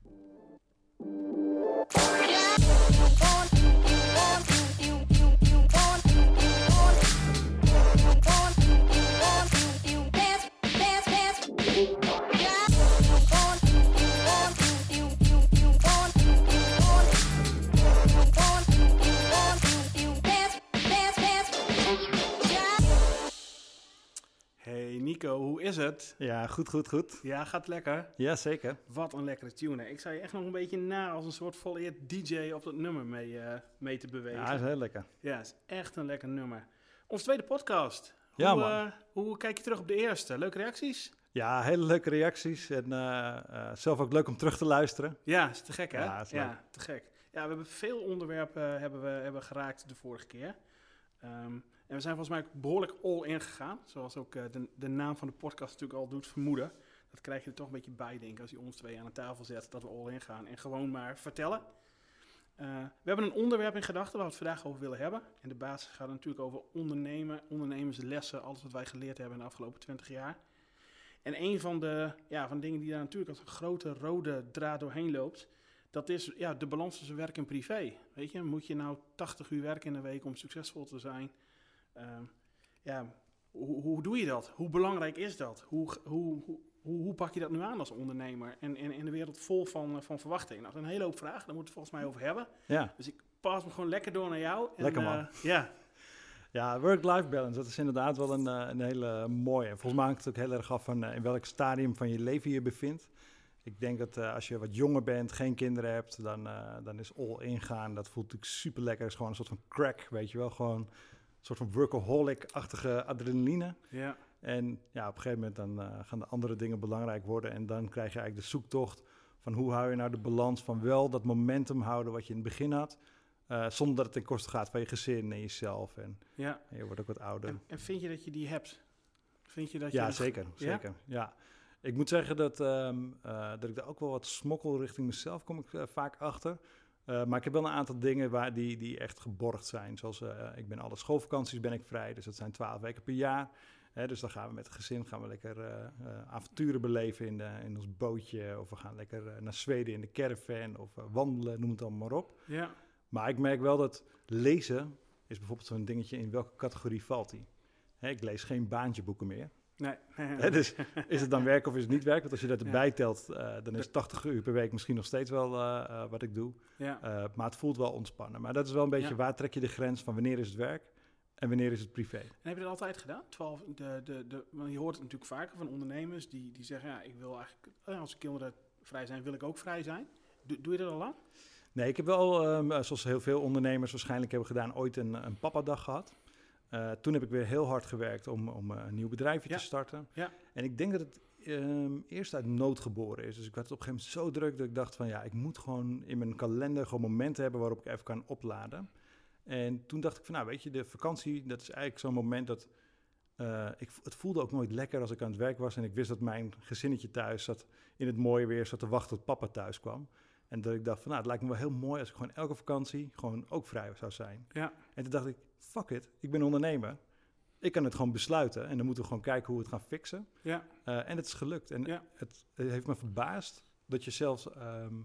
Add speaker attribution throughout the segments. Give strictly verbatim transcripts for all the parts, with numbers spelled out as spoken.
Speaker 1: Nico, hoe is het?
Speaker 2: Ja, goed, goed, goed.
Speaker 1: Ja, gaat lekker?
Speaker 2: Ja, zeker.
Speaker 1: Wat een lekkere tune. Ik zou je echt nog een beetje na als een soort volleerd D J op dat nummer mee, uh, mee te bewegen.
Speaker 2: Ja, is heel lekker.
Speaker 1: Ja, het is echt een lekker nummer. Ons tweede podcast. Hoe,
Speaker 2: Ja, man.
Speaker 1: Uh, hoe kijk je terug op de eerste? Leuke reacties?
Speaker 2: Ja, hele leuke reacties. En uh, uh, zelf ook leuk om terug te luisteren.
Speaker 1: Ja, is te gek, hè?
Speaker 2: Ja, is
Speaker 1: ja te gek. Ja, we hebben veel onderwerpen hebben we, hebben geraakt de vorige keer. Um, en we zijn volgens mij ook behoorlijk all in gegaan. Zoals ook uh, de, de naam van de podcast natuurlijk al doet vermoeden. Dat krijg je er toch een beetje bij, denk ik, als je ons twee aan de tafel zet, dat we all in gaan en gewoon maar vertellen. Uh, we hebben een onderwerp in gedachten waar we het vandaag over willen hebben. En de basis gaat natuurlijk over ondernemen, ondernemerslessen, alles wat wij geleerd hebben in de afgelopen twintig jaar. En een van de, ja, van de dingen die daar natuurlijk als een grote rode draad doorheen loopt, dat is ja, de balans tussen werk en privé. Weet je, moet je nou tachtig uur werken in de week om succesvol te zijn? Uh, ja, hoe, hoe doe je dat? Hoe belangrijk is dat? Hoe, hoe, hoe, hoe pak je dat nu aan als ondernemer? En in, in de wereld vol van, van verwachtingen. Nou, dat is een hele hoop vragen, daar moeten we het volgens mij over hebben.
Speaker 2: Ja.
Speaker 1: Dus ik pas me gewoon lekker door naar jou. En,
Speaker 2: lekker man.
Speaker 1: Uh, ja.
Speaker 2: Ja, work-life balance, dat is inderdaad wel een, een hele mooie. Volgens mij hangt het ook heel erg af van uh, in welk stadium van je leven je bevindt. Ik denk dat uh, als je wat jonger bent, geen kinderen hebt, dan, uh, dan is all in gaan. Dat voelt natuurlijk super lekker. Het is gewoon een soort van crack, weet je wel. Gewoon een soort van workaholic-achtige adrenaline.
Speaker 1: Ja.
Speaker 2: En ja, op een gegeven moment dan uh, gaan de andere dingen belangrijk worden. En dan krijg je eigenlijk de zoektocht van hoe hou je nou de balans van wel dat momentum houden wat je in het begin had. Uh, zonder dat het ten koste gaat van je gezin en jezelf. En,
Speaker 1: ja.
Speaker 2: en je wordt ook wat ouder.
Speaker 1: En, en vind je dat je die hebt? Vind je dat
Speaker 2: ja,
Speaker 1: je
Speaker 2: zeker.
Speaker 1: Ja?
Speaker 2: zeker. Ja. Ik moet zeggen dat, um, uh, dat ik daar ook wel wat smokkel richting mezelf kom ik uh, vaak achter. Uh, maar ik heb wel een aantal dingen waar die, die echt geborgd zijn. Zoals uh, ik ben alle schoolvakanties ben ik vrij, dus dat zijn twaalf weken per jaar. Hè, dus dan gaan we met het gezin gaan we lekker uh, uh, avonturen beleven in, de, in ons bootje. Of we gaan lekker uh, naar Zweden in de caravan of uh, wandelen, noem het allemaal maar op.
Speaker 1: Ja.
Speaker 2: Maar ik merk wel dat lezen is bijvoorbeeld zo'n dingetje, in welke categorie valt die? Hè, ik lees geen baantjeboeken meer.
Speaker 1: Nee.
Speaker 2: He, dus is het dan werk of is het niet werk? Want als je dat erbij ja. telt, uh, dan is tachtig uur per week misschien nog steeds wel uh, uh, wat ik doe.
Speaker 1: Ja.
Speaker 2: Uh, maar het voelt wel ontspannen. Maar dat is wel een beetje, ja. waar trek je de grens van wanneer is het werk en wanneer is het privé? En
Speaker 1: heb je dat altijd gedaan? twaalf, de, de, de, want je hoort het natuurlijk vaker van ondernemers die, die zeggen, ja, ik wil eigenlijk, als de kinderen vrij zijn, wil ik ook vrij zijn. Doe, doe je dat al lang?
Speaker 2: Nee, ik heb wel, um, zoals heel veel ondernemers waarschijnlijk hebben gedaan, ooit een, een papadag gehad. Uh, toen heb ik weer heel hard gewerkt om, om uh, een nieuw bedrijfje ja. te starten.
Speaker 1: Ja.
Speaker 2: En ik denk dat het um, eerst uit nood geboren is. Dus ik werd op een gegeven moment zo druk dat ik dacht van ja, ik moet gewoon in mijn kalender gewoon momenten hebben waarop ik even kan opladen. En toen dacht ik van nou weet je, de vakantie, dat is eigenlijk zo'n moment dat... Uh, ik, het voelde ook nooit lekker als ik aan het werk was en ik wist dat mijn gezinnetje thuis zat in het mooie weer, zat te wachten tot papa thuis kwam. En dat ik dacht van, nou, het lijkt me wel heel mooi als ik gewoon elke vakantie gewoon ook vrij zou zijn.
Speaker 1: Ja.
Speaker 2: En toen dacht ik, fuck it, ik ben ondernemer. Ik kan het gewoon besluiten en dan moeten we gewoon kijken hoe we het gaan fixen.
Speaker 1: Ja.
Speaker 2: Uh, en het is gelukt. En
Speaker 1: ja.
Speaker 2: het, het heeft me verbaasd dat je zelfs um,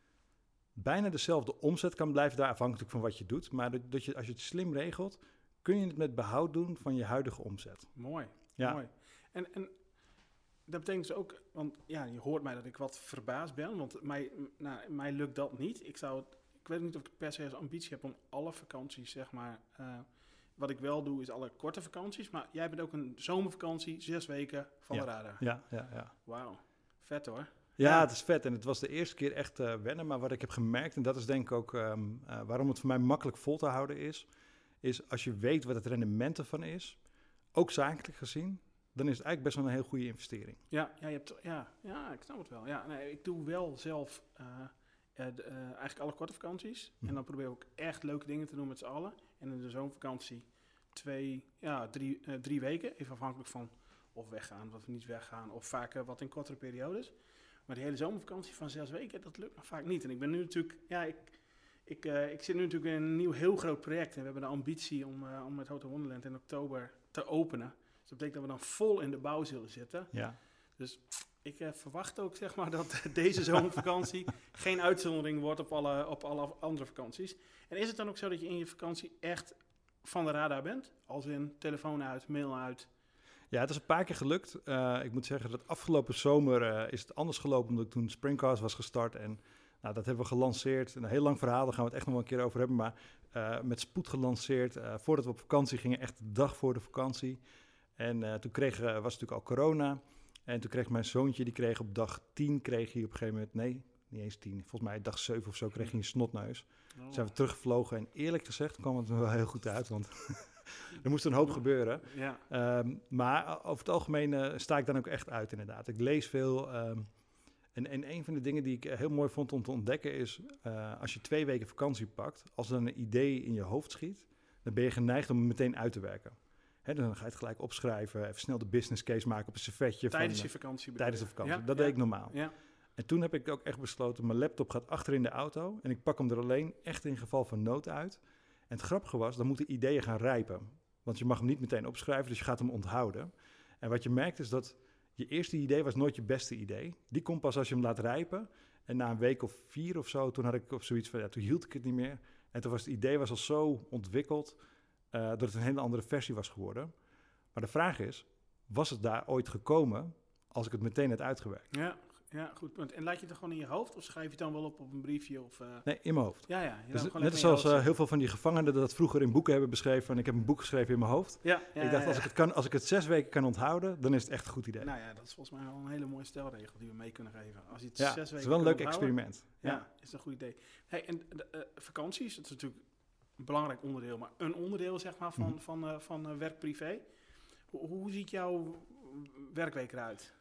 Speaker 2: bijna dezelfde omzet kan blijven, daar afhankelijk van wat je doet. Maar dat, dat je, als je het slim regelt, kun je het met behoud doen van je huidige omzet.
Speaker 1: Mooi,
Speaker 2: ja.
Speaker 1: mooi. En... en dat betekent dus ook, want ja, je hoort mij dat ik wat verbaasd ben, want mij, nou, mij lukt dat niet. Ik zou het, ik weet niet of ik per se als ambitie heb om alle vakanties, zeg maar, uh, wat ik wel doe is alle korte vakanties, maar jij bent ook een zomervakantie, zes weken van
Speaker 2: ja.
Speaker 1: de radar.
Speaker 2: Ja, ja, ja.
Speaker 1: Wauw, vet hoor.
Speaker 2: Ja, ja, het is vet en het was de eerste keer echt uh, wennen, maar wat ik heb gemerkt, en dat is denk ik ook um, uh, waarom het voor mij makkelijk vol te houden is, is als je weet wat het rendement ervan is, ook zakelijk gezien, dan is het eigenlijk best wel een heel goede investering.
Speaker 1: Ja, ja, je hebt, ja, ja ik snap het wel. Ja, nee, ik doe wel zelf uh, uh, de, uh, eigenlijk alle korte vakanties. Hm. En dan probeer ik ook echt leuke dingen te doen met z'n allen. En in de zomervakantie twee, ja, drie, uh, drie weken. Even afhankelijk van of weggaan, of niet weggaan. Of vaak uh, wat in kortere periodes. Maar die hele zomervakantie van zes weken, dat lukt nog vaak niet. En ik ben nu natuurlijk, ja, ik, ik, uh, ik zit nu natuurlijk in een nieuw heel groot project. En we hebben de ambitie om, uh, om met Hotel Wonderland in oktober te openen. Dus dat betekent dat we dan vol in de bouw zullen zitten.
Speaker 2: Ja.
Speaker 1: Dus ik uh, verwacht ook zeg maar dat deze zomervakantie geen uitzondering wordt op alle, op alle andere vakanties. En is het dan ook zo dat je in je vakantie echt van de radar bent? Als in telefoon uit, mail uit?
Speaker 2: Ja, het is een paar keer gelukt. Uh, ik moet zeggen dat afgelopen zomer uh, is het anders gelopen omdat ik toen Springcast was gstart. En nou, dat hebben we gelanceerd. Een heel lang verhaal, daar gaan we het echt nog wel een keer over hebben. Maar uh, met spoed gelanceerd. Uh, voordat we op vakantie gingen, echt de dag voor de vakantie. En uh, toen kreeg, uh, was natuurlijk al corona. En toen kreeg mijn zoontje, die kreeg op dag tien, kreeg hij op een gegeven moment, nee, niet eens tien. Volgens mij dag zeven of zo kreeg hij een snotneus. Oh. Toen zijn we teruggevlogen en eerlijk gezegd kwam het er wel heel goed uit, want er moest een hoop gebeuren. Ja. Um, maar over het algemeen uh, sta ik dan ook echt uit inderdaad. Ik lees veel. Um, en, en een van de dingen die ik heel mooi vond om te ontdekken is, uh, als je twee weken vakantie pakt, als er een idee in je hoofd schiet, dan ben je geneigd om het meteen uit te werken. He, dan ga je het gelijk opschrijven, even snel de business case maken op een servetje.
Speaker 1: Tijdens
Speaker 2: van,
Speaker 1: je vakantie?
Speaker 2: Tijdens de vakantie,
Speaker 1: ja,
Speaker 2: dat
Speaker 1: ja,
Speaker 2: deed ik normaal.
Speaker 1: Ja.
Speaker 2: En toen heb ik ook echt besloten, mijn laptop gaat achter in de auto en ik pak hem er alleen echt in geval van nood uit. En het grappige was, dan moeten ideeën gaan rijpen. Want je mag hem niet meteen opschrijven, dus je gaat hem onthouden. En wat je merkt is dat je eerste idee was nooit je beste idee. Die komt pas als je hem laat rijpen. En na een week of vier of zo, toen had ik of zoiets van, ja, toen hield ik het niet meer. En toen was het idee was al zo ontwikkeld uh, dat het een hele andere versie was geworden. Maar de vraag is, was het daar ooit gekomen als ik het meteen had uitgewerkt?
Speaker 1: Ja, ja, goed punt. En laat je het er gewoon in je hoofd of schrijf je het dan wel op op een briefje? Of, uh...
Speaker 2: Nee, in mijn hoofd.
Speaker 1: Ja, ja.
Speaker 2: Dus net zoals uh, heel veel van die gevangenen dat vroeger in boeken hebben beschreven. Van, ik heb een boek geschreven in mijn hoofd.
Speaker 1: Ja, ja,
Speaker 2: ik dacht,
Speaker 1: ja,
Speaker 2: als, ik het kan, als ik het zes weken kan onthouden, dan is het echt een goed idee.
Speaker 1: Nou ja, dat is volgens mij wel een hele mooie stelregel die we mee kunnen geven. Als je het
Speaker 2: ja,
Speaker 1: zes weken
Speaker 2: het is wel een leuk
Speaker 1: onthouden,
Speaker 2: experiment.
Speaker 1: Ja, ja, is een goed idee. Hey, en de, uh, vakanties, dat is natuurlijk een belangrijk onderdeel, maar een onderdeel zeg maar van, mm. van, uh, van uh, werk-privé. Hoe, hoe ziet jouw werkweek eruit?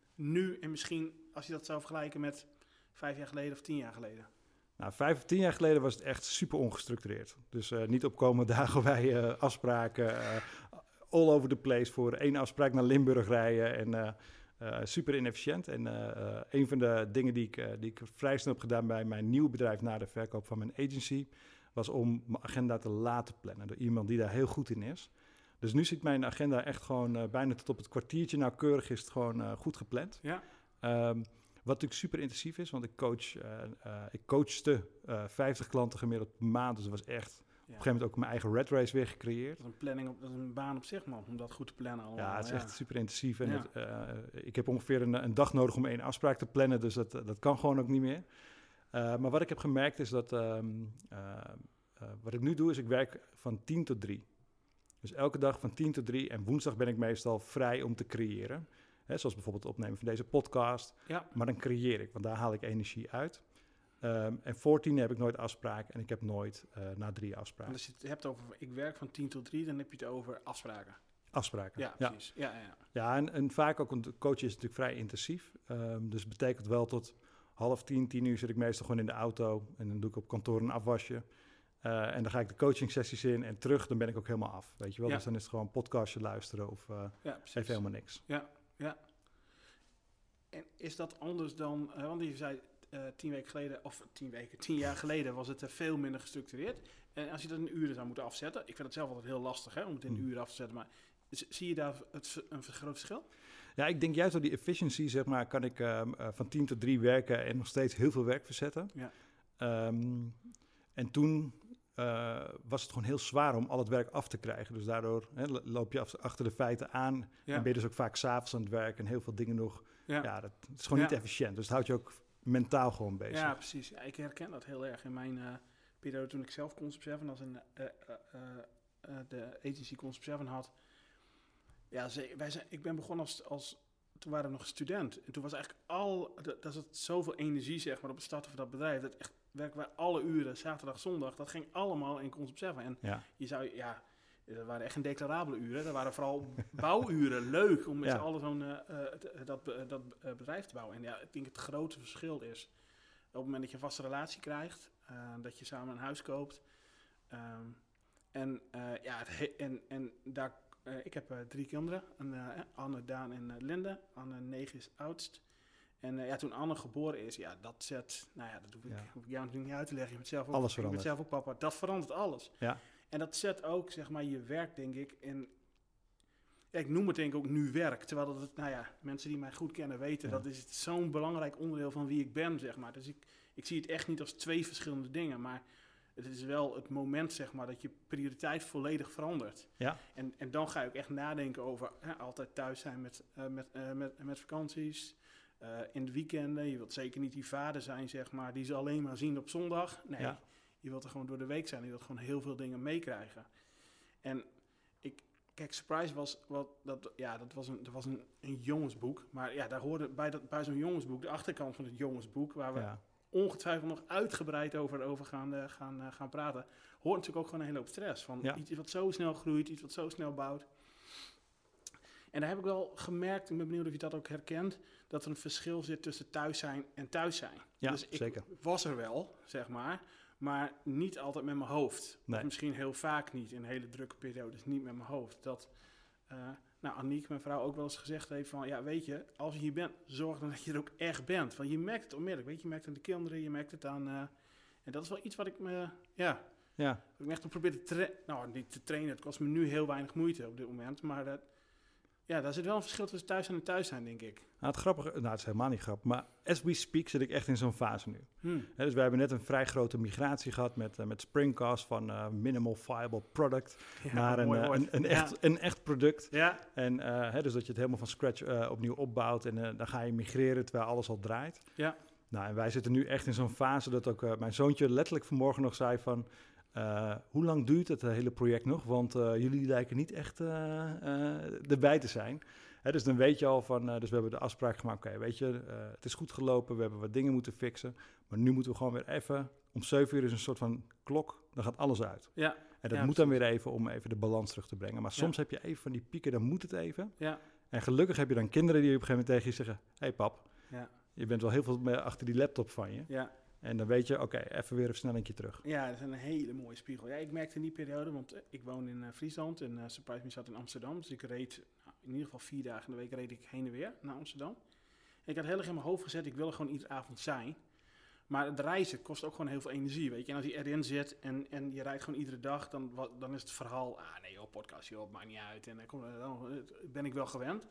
Speaker 1: Nu en misschien, als je dat zou vergelijken met vijf jaar geleden of tien jaar geleden.
Speaker 2: Nou, vijf of tien jaar geleden was het echt super ongestructureerd. Dus uh, niet opkomen dagen bij uh, afspraken, uh, all over the place voor één afspraak naar Limburg rijden en uh, uh, super inefficiënt. En uh, uh, een van de dingen die ik, uh, die ik vrij snel heb gedaan bij mijn nieuw bedrijf na de verkoop van mijn agency, was om mijn agenda te laten plannen door iemand die daar heel goed in is. Dus nu ziet mijn agenda echt gewoon uh, bijna tot op het kwartiertje nauwkeurig is het gewoon uh, goed gepland.
Speaker 1: Ja.
Speaker 2: Um, wat natuurlijk super intensief is, want ik coach, uh, uh, ik coachte uh, vijftig klanten gemiddeld per maand. Dus dat was echt ja. op een gegeven moment ook mijn eigen red race weer gecreëerd.
Speaker 1: Dat is een planning, op, dat is een baan op zich man, om dat goed te plannen allemaal.
Speaker 2: Ja, het is
Speaker 1: ja.
Speaker 2: echt super intensief. En
Speaker 1: ja.
Speaker 2: het, uh, ik heb ongeveer een, een dag nodig om één afspraak te plannen, dus dat, dat kan gewoon ook niet meer. Uh, maar wat ik heb gemerkt is dat, um, uh, uh, wat ik nu doe is ik werk van tien tot drie. Dus elke dag van tien tot drie en woensdag ben ik meestal vrij om te creëren. He, zoals bijvoorbeeld het opnemen van deze podcast.
Speaker 1: Ja.
Speaker 2: Maar dan creëer ik, want daar haal ik energie uit. Um, en voor tien heb ik nooit afspraken en ik heb nooit uh, na drie afspraken.
Speaker 1: En als je het hebt over ik werk van tien tot drie, dan heb je het over afspraken.
Speaker 2: Afspraken.
Speaker 1: Ja, precies. Ja, ja, ja.
Speaker 2: ja en, en vaak ook, want coachen is natuurlijk vrij intensief. Um, dus betekent wel tot half tien, tien uur zit ik meestal gewoon in de auto. En dan doe ik op kantoor een afwasje. Uh, en dan ga ik de coaching sessies in en terug, dan ben ik ook helemaal af. Weet je wel? Ja. Dus dan is het gewoon een podcastje luisteren of uh, ja, even helemaal niks.
Speaker 1: Ja, ja. En is dat anders dan, uh, want je zei uh, tien weken geleden, of tien weken, tien jaar geleden was het uh, veel minder gestructureerd. En als je dat in uren zou moeten afzetten, ik vind het zelf altijd heel lastig hè, om het in mm. uren af te zetten, maar z- zie je daar het, een groot verschil?
Speaker 2: Ja, ik denk juist door die efficiency, zeg maar, kan ik uh, uh, van tien tot drie werken en nog steeds heel veel werk verzetten. Ja. Um, en toen uh, was het gewoon heel zwaar om al het werk af te krijgen. Dus daardoor hè, loop je af, achter de feiten aan ja. en ben je dus ook vaak 's avonds aan het werk en heel veel dingen nog. Ja, ja dat het is gewoon ja. niet efficiënt. Dus het houdt je ook mentaal gewoon bezig.
Speaker 1: Ja, precies. Ja, ik herken dat heel erg in mijn uh, periode toen ik zelf Concept zeven als een, uh, uh, uh, de agency Concept zeven had. Ja, ze, wij zijn, ik ben begonnen als, als, toen waren we nog student. En toen was eigenlijk al, dat is het zoveel energie zeg maar op het starten van dat bedrijf. Dat echt werken wij alle uren, zaterdag, zondag. Dat ging allemaal in Concept zeven. En ja. je zou, ja, dat waren echt geen declarabele uren. Dat waren vooral bouwuren. Leuk om met ja. z'n allen zo'n, uh, uh, dat, uh, dat uh, bedrijf te bouwen. En ja, ik denk het grote verschil is, op het moment dat je een vaste relatie krijgt, uh, dat je samen een huis koopt. Um, en, uh, ja, het he- en, en daar, uh, ik heb uh, drie kinderen. En, uh, Anne, Daan en uh, Linde. Anne negen is oudst. En uh, ja, toen Anne geboren is, ja, dat zet, nou ja, dat hoef ik, ja. hoef ik jou natuurlijk niet uit te leggen. Je bent zelf ook,
Speaker 2: alles
Speaker 1: je bent zelf ook papa. Dat verandert alles.
Speaker 2: Ja.
Speaker 1: En dat zet ook, zeg maar, je werk, denk ik, in... Ja, ik noem het denk ik ook nu werk. Terwijl dat, het, nou ja, mensen die mij goed kennen weten,
Speaker 2: Ja.
Speaker 1: dat is zo'n belangrijk onderdeel van wie ik ben, zeg maar. Dus ik, ik zie het echt niet als twee verschillende dingen, maar het is wel het moment, zeg maar, dat je prioriteit volledig verandert.
Speaker 2: Ja.
Speaker 1: En, en dan ga je ook echt nadenken over hè, altijd thuis zijn met, uh, met, uh, met, met vakanties, uh, in de weekenden. Je wilt zeker niet die vader zijn, zeg maar, die ze alleen maar zien op zondag. Nee,
Speaker 2: Ja.
Speaker 1: je wilt er gewoon door de week zijn. Je wilt gewoon heel veel dingen meekrijgen. En ik, kijk, Surprise was, wat, dat, ja, dat was, een, dat was een, een jongensboek. Maar ja, daar hoorde bij, dat, bij zo'n jongensboek, de achterkant van het jongensboek, waar we
Speaker 2: Ja.
Speaker 1: ongetwijfeld nog uitgebreid over, over gaan, uh, gaan, uh, gaan praten, hoort natuurlijk ook gewoon een hele hoop stress. Van
Speaker 2: Ja.
Speaker 1: iets wat zo snel groeit, iets wat zo snel bouwt. En daar heb ik wel gemerkt, ik ben benieuwd of je dat ook herkent, dat er een verschil zit tussen thuis zijn en thuis zijn.
Speaker 2: Ja,
Speaker 1: dus ik
Speaker 2: zeker.
Speaker 1: was er wel, zeg maar, maar niet altijd met mijn hoofd.
Speaker 2: Nee.
Speaker 1: Of misschien heel vaak niet, in hele drukke periodes niet met mijn hoofd. Dat, uh, nou, Aniek, mijn vrouw, ook wel eens gezegd heeft van, ja, weet je, als je hier bent, zorg dan dat je er ook echt bent. Want je merkt het onmiddellijk, weet je, je merkt het aan de kinderen, je merkt het aan... Uh, en dat is wel iets wat ik me, ja,
Speaker 2: Ja.
Speaker 1: dat ik me echt op probeer te trainen. Nou, niet te trainen, het kost me nu heel weinig moeite op dit moment, maar dat... Ja, daar zit wel een verschil tussen thuis zijn en thuis zijn, denk ik.
Speaker 2: Nou, het grappige, nou, het is helemaal niet grappig, maar as we speak zit ik echt in zo'n fase nu.
Speaker 1: Hmm.
Speaker 2: He, dus wij hebben net een vrij grote migratie gehad met, uh, met Springcast van uh, minimal viable product
Speaker 1: Ja,
Speaker 2: naar een, uh, een, een,
Speaker 1: ja.
Speaker 2: echt, een echt product.
Speaker 1: Ja.
Speaker 2: En uh, he, dus dat je het helemaal van scratch uh, opnieuw opbouwt en uh, dan ga je migreren terwijl alles al draait.
Speaker 1: Ja.
Speaker 2: Nou, en wij zitten nu echt in zo'n fase dat ook uh, mijn zoontje letterlijk vanmorgen nog zei van... Uh, hoe lang duurt het hele project nog? Want uh, jullie lijken niet echt uh, uh, erbij te zijn. Hè, dus dan weet je al van, uh, dus we hebben de afspraak gemaakt, oké, okay, weet je, uh, het is goed gelopen, we hebben wat dingen moeten fixen, maar nu moeten we gewoon weer even, om zeven uur is een soort van klok, dan gaat alles uit.
Speaker 1: Ja.
Speaker 2: En dat
Speaker 1: ja,
Speaker 2: moet dan weer even om even de balans terug te brengen. Maar soms
Speaker 1: ja.
Speaker 2: heb je even van die pieken, dan moet het even.
Speaker 1: Ja.
Speaker 2: En gelukkig heb je dan kinderen die op een gegeven moment tegen je zeggen, hé hey pap,
Speaker 1: ja.
Speaker 2: je bent wel heel veel achter die laptop van je.
Speaker 1: Ja.
Speaker 2: En dan weet je, oké, okay, even weer een snel een keer terug.
Speaker 1: Ja, dat is een hele mooie spiegel. Ja, ik merkte in die periode, want uh, ik woon in uh, Friesland en uh, Surprise Me zat in Amsterdam. Dus ik reed, nou, in ieder geval vier dagen in de week reed ik heen en weer naar Amsterdam. En ik had heel erg in mijn hoofd gezet, ik wil er gewoon iedere avond zijn. Maar het reizen kost ook gewoon heel veel energie, weet je. En als je erin zit en, en je rijdt gewoon iedere dag, dan, wat, dan is het verhaal, ah nee joh, podcast joh, maakt niet uit. En dan, dan ben ik wel gewend.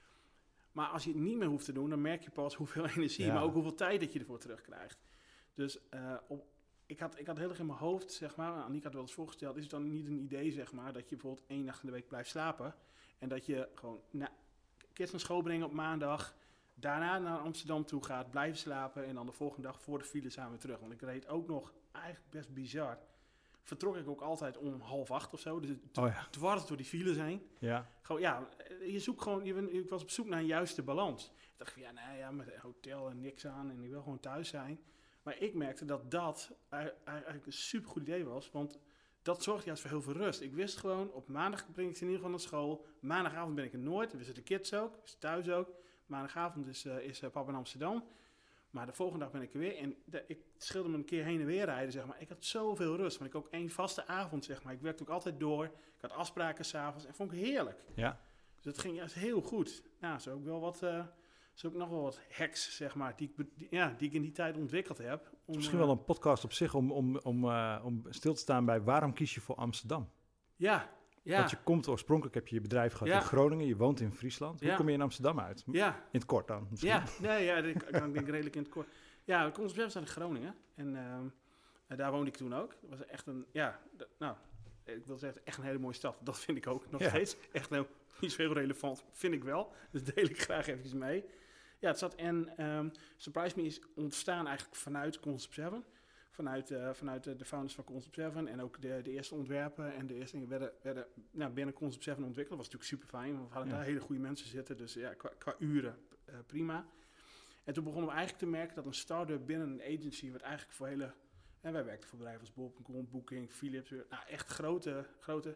Speaker 1: Maar als je het niet meer hoeft te doen, dan merk je pas hoeveel energie, ja. maar ook hoeveel tijd dat je ervoor terugkrijgt. Dus uh, op, ik, had, ik had heel erg in mijn hoofd, zeg maar, Aniek had wel eens voorgesteld, is het dan niet een idee, zeg maar, dat je bijvoorbeeld één nacht in de week blijft slapen en dat je gewoon na, kids naar school brengen op maandag, daarna naar Amsterdam toe gaat, blijven slapen en dan de volgende dag voor de file zijn we terug. Want ik reed ook nog, eigenlijk best bizar, vertrok ik ook altijd om half acht of zo, dus
Speaker 2: oh ja.
Speaker 1: dwars door die files heen.
Speaker 2: Ja.
Speaker 1: Gewoon, ja, je zoekt gewoon, je ben, ik was op zoek naar een juiste balans. Ik dacht van, ja, nee, ja, met een hotel en niks aan en ik wil gewoon thuis zijn. Maar ik merkte dat dat eigenlijk een supergoed idee was, want dat zorgde juist voor heel veel rust. Ik wist gewoon, op maandag breng ik ze in ieder geval naar school. Maandagavond ben ik er nooit, we zitten de kids ook, we zitten thuis ook. Maandagavond is, uh, is uh, papa in Amsterdam. Maar de volgende dag ben ik er weer en de, ik scheelde me een keer heen en weer rijden, zeg maar. Ik had zoveel rust, want ik ook één vaste avond, zeg maar. Ik werkte ook altijd door, ik had afspraken s'avonds en vond ik heerlijk.
Speaker 2: Ja.
Speaker 1: Dus dat ging juist heel goed. Nou, zo ook wel wat... Uh, is ook nog wel wat hacks, zeg maar, die ik, die, ja, die ik in die tijd ontwikkeld heb.
Speaker 2: Om, misschien wel een podcast op zich om, om, om, uh, om stil te staan bij waarom kies je voor Amsterdam?
Speaker 1: Ja, ja.
Speaker 2: Want je komt oorspronkelijk, heb je je bedrijf gehad ja. in Groningen, je woont in Friesland. Hoe ja. kom je in Amsterdam uit?
Speaker 1: Ja.
Speaker 2: In het kort dan misschien.
Speaker 1: Ja, nee, ja, ik kan denk redelijk in het kort. Ja, ik kom ons bedrijf uit Groningen en uh, daar woonde ik toen ook. Dat was echt een, ja, de, nou, ik wil zeggen, echt een hele mooie stad. Dat vind ik ook nog ja. steeds. Echt heel, niet zo heel relevant, vind ik wel. Dus deel ik graag even mee. Ja, het zat en um, Surprise Me is ontstaan eigenlijk vanuit Concept zeven. Vanuit, uh, vanuit de, de founders van Concept zeven en ook de, de eerste ontwerpen en de eerste dingen werden, werden nou, binnen Concept zeven ontwikkeld. Dat was natuurlijk super fijn, want we hadden ja. daar hele goede mensen zitten. Dus ja, qua, qua uren uh, prima. En toen begonnen we eigenlijk te merken dat een start-up binnen een agency, wat eigenlijk voor hele... En wij werkten voor bedrijven als bol punt com, Booking, Philips, nou echt grote, grote...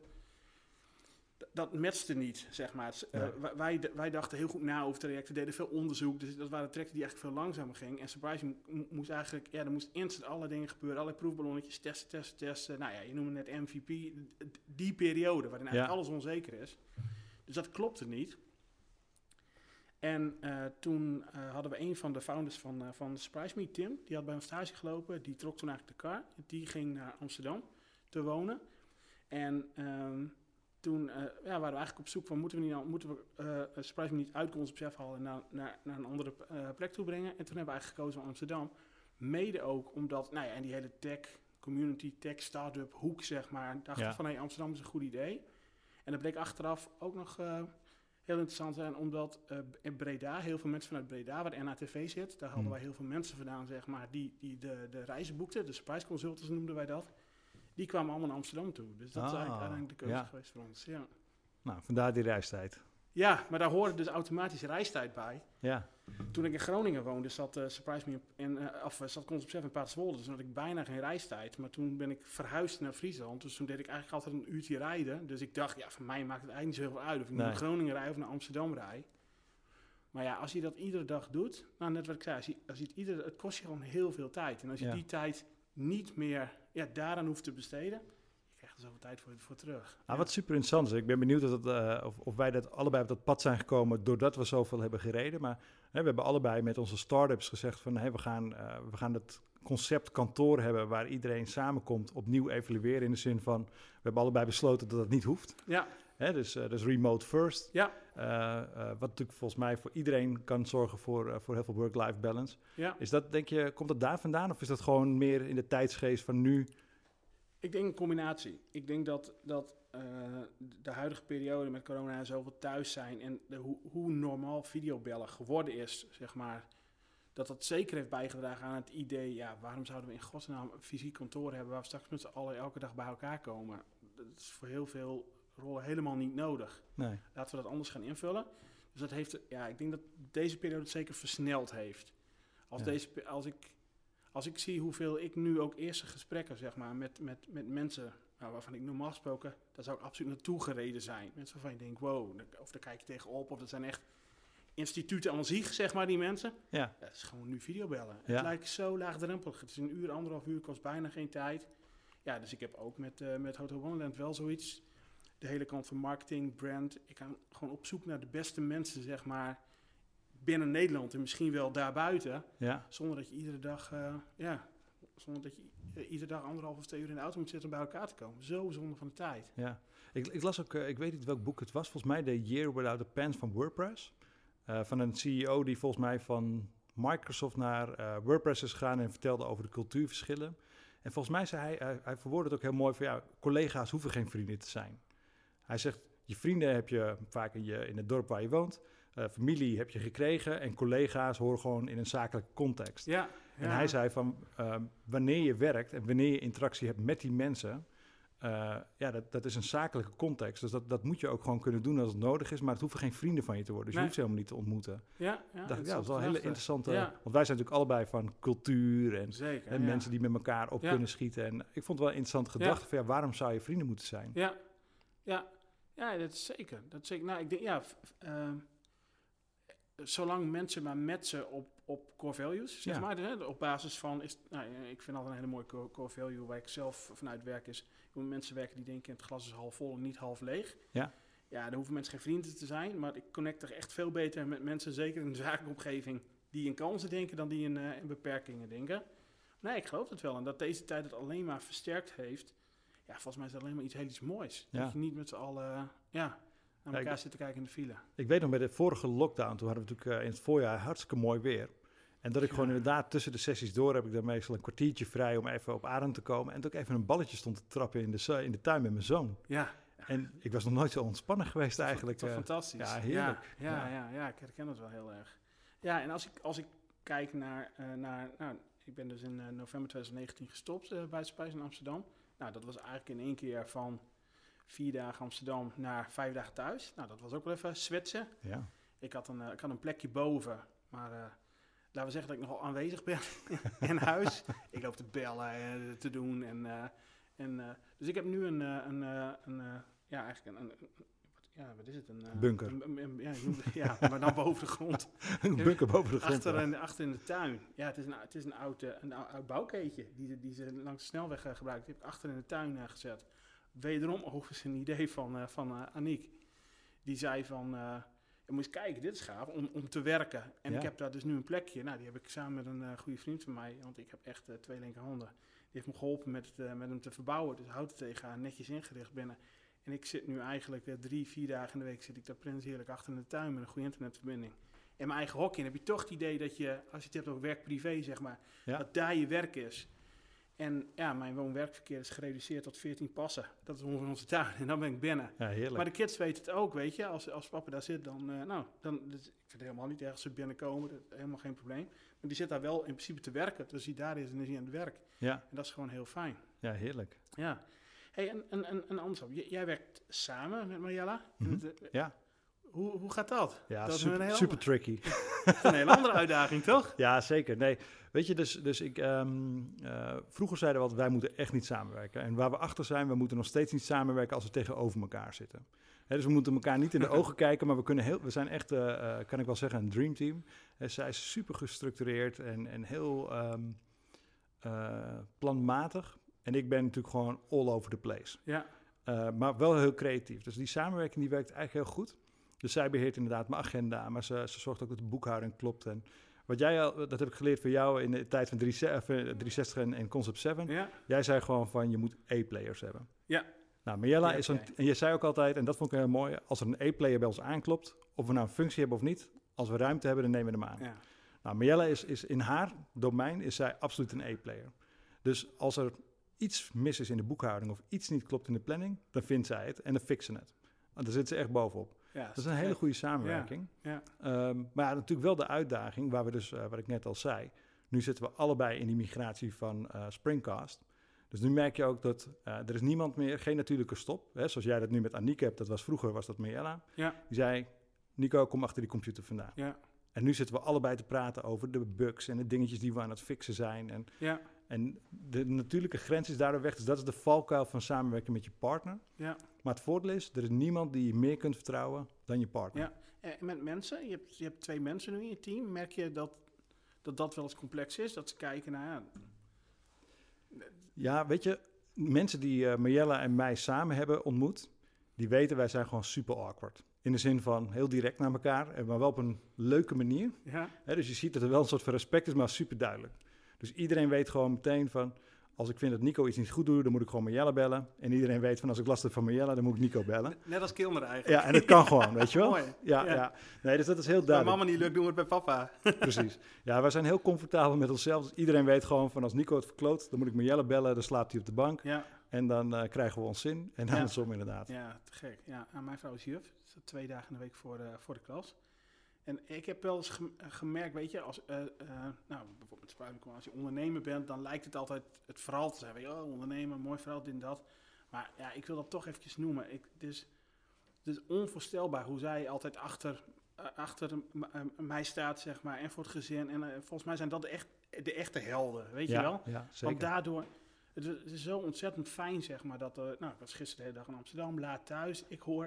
Speaker 1: Dat matchte niet, zeg maar. Ja. Uh, wij, wij dachten heel goed na over trajecten, deden veel onderzoek. Dus dat waren trajecten die eigenlijk veel langzamer gingen. En Surprise m- moest eigenlijk, ja, er moest instant alle dingen gebeuren. Allerlei proefballonnetjes, testen, testen, testen. Nou ja, je noemde net M V P. Die periode waarin eigenlijk ja. alles onzeker is. Dus dat klopte niet. En uh, toen uh, hadden we een van de founders van, uh, van Surprise Me, Tim. Die had bij ons stage gelopen. Die trok toen eigenlijk de kar. Die ging naar Amsterdam te wonen. En... Um, toen uh, ja, waren we eigenlijk op zoek van, moeten we, niet, moeten we uh, Surprise Me niet uit conceptchefhal en naar, naar, naar een andere uh, plek toe brengen. En toen hebben we eigenlijk gekozen voor Amsterdam. Mede ook omdat, nou ja, en die hele tech, community, tech, start-up hoek, zeg maar, dachten ja. van, hé, hey, Amsterdam is een goed idee. En dat bleek achteraf ook nog uh, heel interessant zijn, omdat uh, in Breda, heel veel mensen vanuit Breda, waar de N H T V zit, daar hadden hmm. wij heel veel mensen vandaan, zeg maar, die, die de, de reizen boekten, de Surprise Consultants noemden wij dat. Die kwamen allemaal naar Amsterdam toe. Dus dat ah, is eigenlijk uiteindelijk de keuze ja. geweest voor ons. Ja.
Speaker 2: Nou, vandaar die reistijd.
Speaker 1: Ja, maar daar hoorde dus automatisch reistijd bij.
Speaker 2: Ja.
Speaker 1: Toen ik in Groningen woonde, zat uh, Surprise Me in, uh, of zat Concept Chef in Paterswolde. Dus had ik bijna geen reistijd. Maar toen ben ik verhuisd naar Friesland. Dus toen deed ik eigenlijk altijd een uurtje rijden. Dus ik dacht, ja, voor mij maakt het eigenlijk niet zoveel uit of ik nee. naar Groningen rij of naar Amsterdam rij. Maar ja, als je dat iedere dag doet, nou net wat ik zei, als je, als je het, iedere, het kost je gewoon heel veel tijd. En als je ja. die tijd niet meer ja, daaraan hoeft te besteden, je krijgt er zoveel tijd voor, voor terug.
Speaker 2: Nou,
Speaker 1: ja.
Speaker 2: Wat super interessant is, ik ben benieuwd dat het, uh, of, of wij dat allebei op dat pad zijn gekomen doordat we zoveel hebben gereden. Maar hè, we hebben allebei met onze start-ups gezegd van hey, we gaan, uh, we gaan het concept kantoor hebben waar iedereen samenkomt, opnieuw evalueren in de zin van, we hebben allebei besloten dat dat niet hoeft.
Speaker 1: Ja.
Speaker 2: Hè, dus, uh, dus remote first.
Speaker 1: Ja.
Speaker 2: Uh, uh, wat natuurlijk volgens mij voor iedereen kan zorgen voor, uh, voor heel veel work-life balance.
Speaker 1: Ja.
Speaker 2: Is dat, denk je, komt dat daar vandaan of is dat gewoon meer in de tijdsgeest van nu?
Speaker 1: Ik denk een combinatie. Ik denk dat, dat uh, de huidige periode met corona en zoveel thuis zijn en de, hoe, hoe normaal videobellen geworden is, zeg maar, dat dat zeker heeft bijgedragen aan het idee, ja, waarom zouden we in godsnaam een fysiek kantoor hebben waar we straks met z'n allen elke dag bij elkaar komen? Dat is voor heel veel rollen helemaal niet nodig.
Speaker 2: Nee.
Speaker 1: Laten we dat anders gaan invullen. Dus dat heeft, ja, ik denk dat deze periode het zeker versneld heeft. Als, ja. deze, als, ik, als ik zie hoeveel ik nu ook eerste gesprekken, zeg maar, met, met, met mensen, nou, waarvan ik normaal gesproken, daar zou ik absoluut naartoe gereden zijn. Mensen waarvan je denkt, wow, of daar kijk je tegenop, of dat zijn echt instituten aan zich, zeg maar, die mensen.
Speaker 2: Ja.
Speaker 1: Dat is gewoon nu videobellen.
Speaker 2: Ja.
Speaker 1: Het lijkt zo laagdrempelig. Het is een uur, anderhalf uur, kost bijna geen tijd. Ja, dus ik heb ook met, uh, met Hotel Wonderland wel zoiets. De hele kant van marketing, brand. Ik ga gewoon op zoek naar de beste mensen, zeg maar, binnen Nederland en misschien wel daarbuiten.
Speaker 2: Ja.
Speaker 1: Zonder dat je iedere dag, uh, ja, zonder dat je uh, iedere dag anderhalf of twee uur in de auto moet zitten om bij elkaar te komen. Zo zonde van de tijd.
Speaker 2: Ja. Ik, ik las ook, uh, ik weet niet welk boek het was, volgens mij The Year Without a Pants van WordPress. Uh, van een C E O die volgens mij van Microsoft naar uh, WordPress is gegaan en vertelde over de cultuurverschillen. En volgens mij zei hij, hij, hij verwoordde het ook heel mooi van, ja, collega's hoeven geen vrienden te zijn. Hij zegt, je vrienden heb je vaak in, je, in het dorp waar je woont. Uh, familie heb je gekregen en collega's horen gewoon in een zakelijke context.
Speaker 1: Ja, ja.
Speaker 2: En hij zei van, uh, wanneer je werkt en wanneer je interactie hebt met die mensen, uh, ja, dat, dat is een zakelijke context. Dus dat, dat moet je ook gewoon kunnen doen als het nodig is, maar het hoeven geen vrienden van je te worden. Dus nee. je hoeft ze helemaal niet te ontmoeten.
Speaker 1: Ja, ja,
Speaker 2: dacht ik, ja, dat is wel een hele interessante,
Speaker 1: ja.
Speaker 2: want wij zijn natuurlijk allebei van cultuur en,
Speaker 1: Zeker,
Speaker 2: en
Speaker 1: ja.
Speaker 2: mensen die met elkaar op
Speaker 1: ja.
Speaker 2: kunnen schieten. En ik vond het wel een interessante gedachte ja. van, ja, waarom zou je vrienden moeten zijn?
Speaker 1: Ja, ja. Ja, dat is zeker. Dat is zeker. Nou, ik denk, ja, uh, zolang mensen maar met ze op, op core values, zeg ja. maar, hè, op basis van, is, nou, ik vind altijd een hele mooie core, core value waar ik zelf vanuit werk is, je moet mensen werken die denken, het glas is half vol en niet half leeg.
Speaker 2: Ja.
Speaker 1: Ja, dan hoeven mensen geen vrienden te zijn, maar ik connect er echt veel beter met mensen, zeker in de zakelijke omgeving, die in kansen denken dan die in, uh, in beperkingen denken. Nee, ik geloof het wel. En dat deze tijd het alleen maar versterkt heeft. Ja, volgens mij is het alleen maar iets heel iets moois. Ja. Dat je niet met z'n allen uh, ja, naar elkaar ja, zit te kijken in de file.
Speaker 2: Ik weet nog, bij de vorige lockdown, toen hadden we natuurlijk uh, in het voorjaar hartstikke mooi weer. En dat ik ja. gewoon inderdaad tussen de sessies door heb ik dan meestal een kwartiertje vrij om even op adem te komen. En dat ik even een balletje stond te trappen in de, in de tuin met mijn zoon.
Speaker 1: Ja.
Speaker 2: En ik was nog nooit zo ontspannen geweest
Speaker 1: toch,
Speaker 2: eigenlijk.
Speaker 1: Toch
Speaker 2: uh,
Speaker 1: fantastisch.
Speaker 2: Ja, heerlijk.
Speaker 1: Ja, ja, ja. ja, ja, ik herken het wel heel erg. Ja, en als ik, als ik kijk naar, uh, naar nou, ik ben dus in uh, november twintig negentien gestopt uh, bij Surprise in Amsterdam. Nou, dat was eigenlijk in één keer van vier dagen Amsterdam naar vijf dagen thuis. Nou, dat was ook wel even zwetsen.
Speaker 2: Ja.
Speaker 1: Ik had een, uh, ik had een plekje boven, maar uh, laten we zeggen dat ik nogal aanwezig ben in huis. Ik loop te bellen en te doen. En, uh, en, uh, dus ik heb nu een, uh, een, uh, een uh, ja, eigenlijk een, een, een ja, wat is het? Een uh,
Speaker 2: bunker.
Speaker 1: Een, een, een, ja, het, ja, maar dan boven de grond.
Speaker 2: Een bunker boven de grond.
Speaker 1: Achter, in, achter in de tuin. Ja, het is een, het is een, oud, een oud bouwkeetje die, die ze langs de snelweg uh, gebruikt. Die heb ik achter in de tuin uh, gezet. Wederom overigens een idee van, uh, van uh, Aniek. Die zei van, uh, je moet eens kijken, dit is gaaf, om, om te werken. En ja. ik heb daar dus nu een plekje. Nou, die heb ik samen met een uh, goede vriend van mij, want ik heb echt uh, twee linkerhanden. Die heeft me geholpen met, het, uh, met hem te verbouwen. Dus hout er tegenaan, netjes ingericht binnen. En ik zit nu eigenlijk uh, drie, vier dagen in de week zit ik daar prins heerlijk achter in de tuin met een goede internetverbinding. En mijn eigen hokje. En heb je toch het idee dat je, als je het hebt over werk-privé, zeg maar,
Speaker 2: Ja.
Speaker 1: dat daar je werk is. En ja, mijn woon-werkverkeer is gereduceerd tot veertien passen. Dat is ongeveer onze tuin. En dan ben ik binnen.
Speaker 2: Ja, heerlijk.
Speaker 1: Maar de kids weten het ook, weet je. Als, als papa daar zit, dan... Uh, nou, dan dus, ik vind het helemaal niet erg als ze binnenkomen. Dat is helemaal geen probleem. Maar die zit daar wel in principe te werken. Dus die daar is en is hij aan het werk.
Speaker 2: Ja.
Speaker 1: En dat is gewoon heel fijn.
Speaker 2: Ja, heerlijk.
Speaker 1: Ja. Hey, en, en, en, en anders, j- jij werkt samen met Mariella.
Speaker 2: Mm-hmm.
Speaker 1: Het, uh,
Speaker 2: Ja.
Speaker 1: Hoe, hoe gaat dat?
Speaker 2: Ja,
Speaker 1: dat
Speaker 2: super,
Speaker 1: is een heel
Speaker 2: super tricky.
Speaker 1: Dat is een hele andere uitdaging, toch?
Speaker 2: Ja, zeker. Nee, weet je, dus, dus ik, um, uh, vroeger zeiden we altijd, wij moeten echt niet samenwerken. En waar we achter zijn, we moeten nog steeds niet samenwerken als we tegenover elkaar zitten. He, dus we moeten elkaar niet in de ogen kijken, maar we, kunnen heel, we zijn echt, uh, uh, kan ik wel zeggen, een dreamteam. He, zij is super gestructureerd en, en heel um, uh, planmatig. En ik ben natuurlijk gewoon all over the place.
Speaker 1: Ja.
Speaker 2: Uh, maar wel heel creatief. Dus die samenwerking die werkt eigenlijk heel goed. Dus zij beheert inderdaad mijn agenda, maar ze, ze zorgt ook dat de boekhouding klopt. En wat jij al, dat heb ik geleerd van jou in de tijd van driehonderdzestig en, en Concept zeven.
Speaker 1: Ja.
Speaker 2: Jij zei gewoon van, je moet A-players hebben.
Speaker 1: Ja.
Speaker 2: Nou, Mariella
Speaker 1: Ja,
Speaker 2: is een,
Speaker 1: oké.
Speaker 2: en je zei ook altijd, en dat vond ik heel mooi, als er een A-player bij ons aanklopt, of we nou een functie hebben of niet, als we ruimte hebben, dan nemen we hem aan.
Speaker 1: Ja.
Speaker 2: Nou, Mariella is, is in haar domein, is zij absoluut een A-player. Dus als er iets mis is in de boekhouding of iets niet klopt in de planning, dan vindt zij het en dan fixen het. Want daar zit ze echt bovenop.
Speaker 1: Ja,
Speaker 2: Dat is een hele goede samenwerking.
Speaker 1: Ja,
Speaker 2: Um, maar ja, natuurlijk wel de uitdaging, waar we dus, uh, wat ik net al zei, nu zitten we allebei in die migratie van uh, Springcast. Dus nu merk je ook dat uh, er is niemand meer, geen natuurlijke stop. Hè, zoals jij dat nu met Aniek hebt, dat was vroeger, was dat Mariella.
Speaker 1: Ja.
Speaker 2: Die zei, Nico, kom achter die computer vandaan.
Speaker 1: Ja.
Speaker 2: En nu zitten we allebei te praten over de bugs en de dingetjes die we aan het fixen zijn. En,
Speaker 1: Ja.
Speaker 2: en de natuurlijke grens is daardoor weg. Dus dat is de valkuil van samenwerken met je partner.
Speaker 1: Ja.
Speaker 2: Maar het voordeel is, er is niemand die je meer kunt vertrouwen dan je partner.
Speaker 1: Ja. En met mensen, je hebt, je hebt twee mensen nu in je team. Merk je dat dat, dat wel eens complex is? Dat ze kijken naar... Ja,
Speaker 2: Ja, weet je, mensen die uh, Mariella en mij samen hebben ontmoet, die weten wij zijn gewoon super awkward. In de zin van heel direct naar elkaar, maar wel op een leuke manier.
Speaker 1: ja.
Speaker 2: Hè, dus je ziet dat er wel een soort van respect is, maar super duidelijk. Dus iedereen weet gewoon meteen van, als ik vind dat Nico iets niet goed doet, dan moet ik gewoon Mariella bellen. En iedereen weet van, als ik last heb van Mariella, dan moet ik Nico bellen.
Speaker 1: Net als kinderen eigenlijk.
Speaker 2: Ja, en dat kan gewoon, weet je wel?
Speaker 1: Mooi.
Speaker 2: Ja,
Speaker 1: Ja.
Speaker 2: ja. Nee, dus dat is heel
Speaker 1: Als
Speaker 2: duidelijk.
Speaker 1: mama niet lukt, doen we het bij papa.
Speaker 2: Precies. Ja, wij zijn heel comfortabel met onszelf. Dus iedereen weet gewoon van, als Nico het verkloot, dan moet ik Mariella bellen. Dan slaapt hij op de bank.
Speaker 1: Ja.
Speaker 2: En dan uh, krijgen we ons zin. En
Speaker 1: Ja.
Speaker 2: andersom inderdaad.
Speaker 1: Ja, te gek. Ja, en mijn vrouw is juf. Ze is twee dagen in de week voor de, voor de klas. En ik heb wel eens gem- gemerkt, weet je, als uh, uh, nou, bijvoorbeeld Spuitelijk, als je ondernemer bent, dan lijkt het altijd het verhaal te zijn. Weet je, oh, ondernemer, mooi verhaal, dit en dat. Maar ja, ik wil dat toch eventjes noemen. Ik, het, is, het is onvoorstelbaar hoe zij altijd achter, uh, achter m- m- mij staat, zeg maar, en voor het gezin. En uh, volgens mij zijn dat de, echt, de echte helden, weet
Speaker 2: ja,
Speaker 1: je wel?
Speaker 2: Ja, zeker.
Speaker 1: Want daardoor, het is, het is zo ontzettend fijn, zeg maar, dat... Uh, nou, ik was gisteren de hele dag in Amsterdam, laat thuis. Ik hoor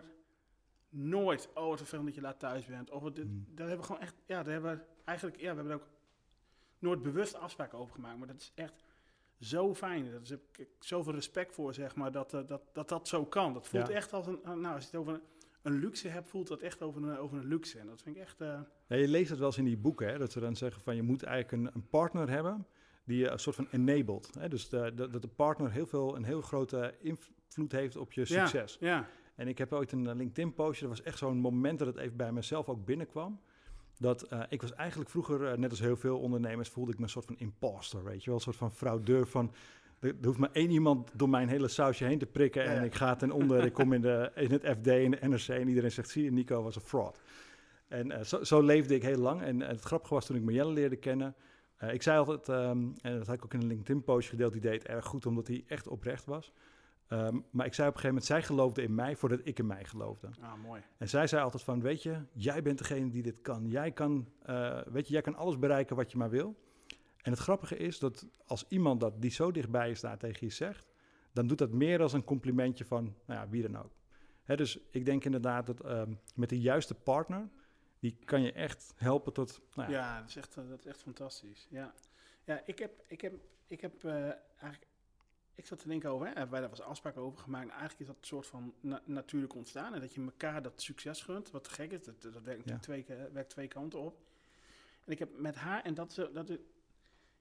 Speaker 1: nooit, oh, wat vervelend dat je laat thuis bent. Of het,
Speaker 2: Mm.
Speaker 1: daar hebben we gewoon echt, ja, daar hebben we eigenlijk, ja, we hebben er ook nooit bewust afspraken over gemaakt. Maar dat is echt zo fijn. Daar heb ik zoveel respect voor, zeg maar, dat uh, dat, dat dat zo kan. Dat voelt
Speaker 2: Ja.
Speaker 1: echt als een, uh, nou, als je het over een, een luxe hebt, voelt dat echt over een, over een luxe. En dat vind ik echt... Uh,
Speaker 2: Ja, je leest het wel eens in die boeken, hè, dat ze dan zeggen van, je moet eigenlijk een, een partner hebben die je een soort van enabled. Hè, dus de, de, dat de partner heel veel, een heel grote invloed heeft op je succes.
Speaker 1: Ja, ja.
Speaker 2: En ik heb ooit een uh, LinkedIn-postje, dat was echt zo'n moment dat het even bij mezelf ook binnenkwam. Dat uh, ik was eigenlijk vroeger, uh, net als heel veel ondernemers, voelde ik me een soort van imposter, weet je wel. Een soort van fraudeur van, er, er hoeft maar één iemand door mijn hele sausje heen te prikken en
Speaker 1: Ja, ja.
Speaker 2: ik ga ten onder, ik kom in, de, in het F D, in de N R C en iedereen zegt, zie je, Nico was een fraud. En uh, zo, zo leefde ik heel lang. En uh, het grappige was toen ik Marielle leerde kennen, uh, ik zei altijd, um, en dat had ik ook in een LinkedIn-postje gedeeld, die deed erg goed, omdat hij echt oprecht was. Um, maar ik zei op een gegeven moment, zij geloofde in mij voordat ik in mij geloofde.
Speaker 1: Ah, mooi.
Speaker 2: En zij zei altijd van, weet je, jij bent degene die dit kan. Jij kan, uh, weet je, jij kan alles bereiken wat je maar wil. En het grappige is dat als iemand dat die zo dichtbij je staat tegen je zegt, dan doet dat meer als een complimentje van, nou ja, wie dan ook. Hè, dus ik denk inderdaad dat um, met de juiste partner, die kan je echt helpen tot... Nou ja.
Speaker 1: Ja, dat is echt, uh, dat is echt fantastisch. Ja, ja ik heb, ik heb, ik heb uh, eigenlijk... Ik zat te denken over, hè, hebben wij daar was afspraken over gemaakt. En eigenlijk is dat een soort van na- natuurlijk ontstaan. En dat je elkaar dat succes gunt. Wat te gek is, dat, dat werkt natuurlijk
Speaker 2: Ja.
Speaker 1: twee, uh, werkt twee kanten op. En ik heb met haar, en dat, is- dat is-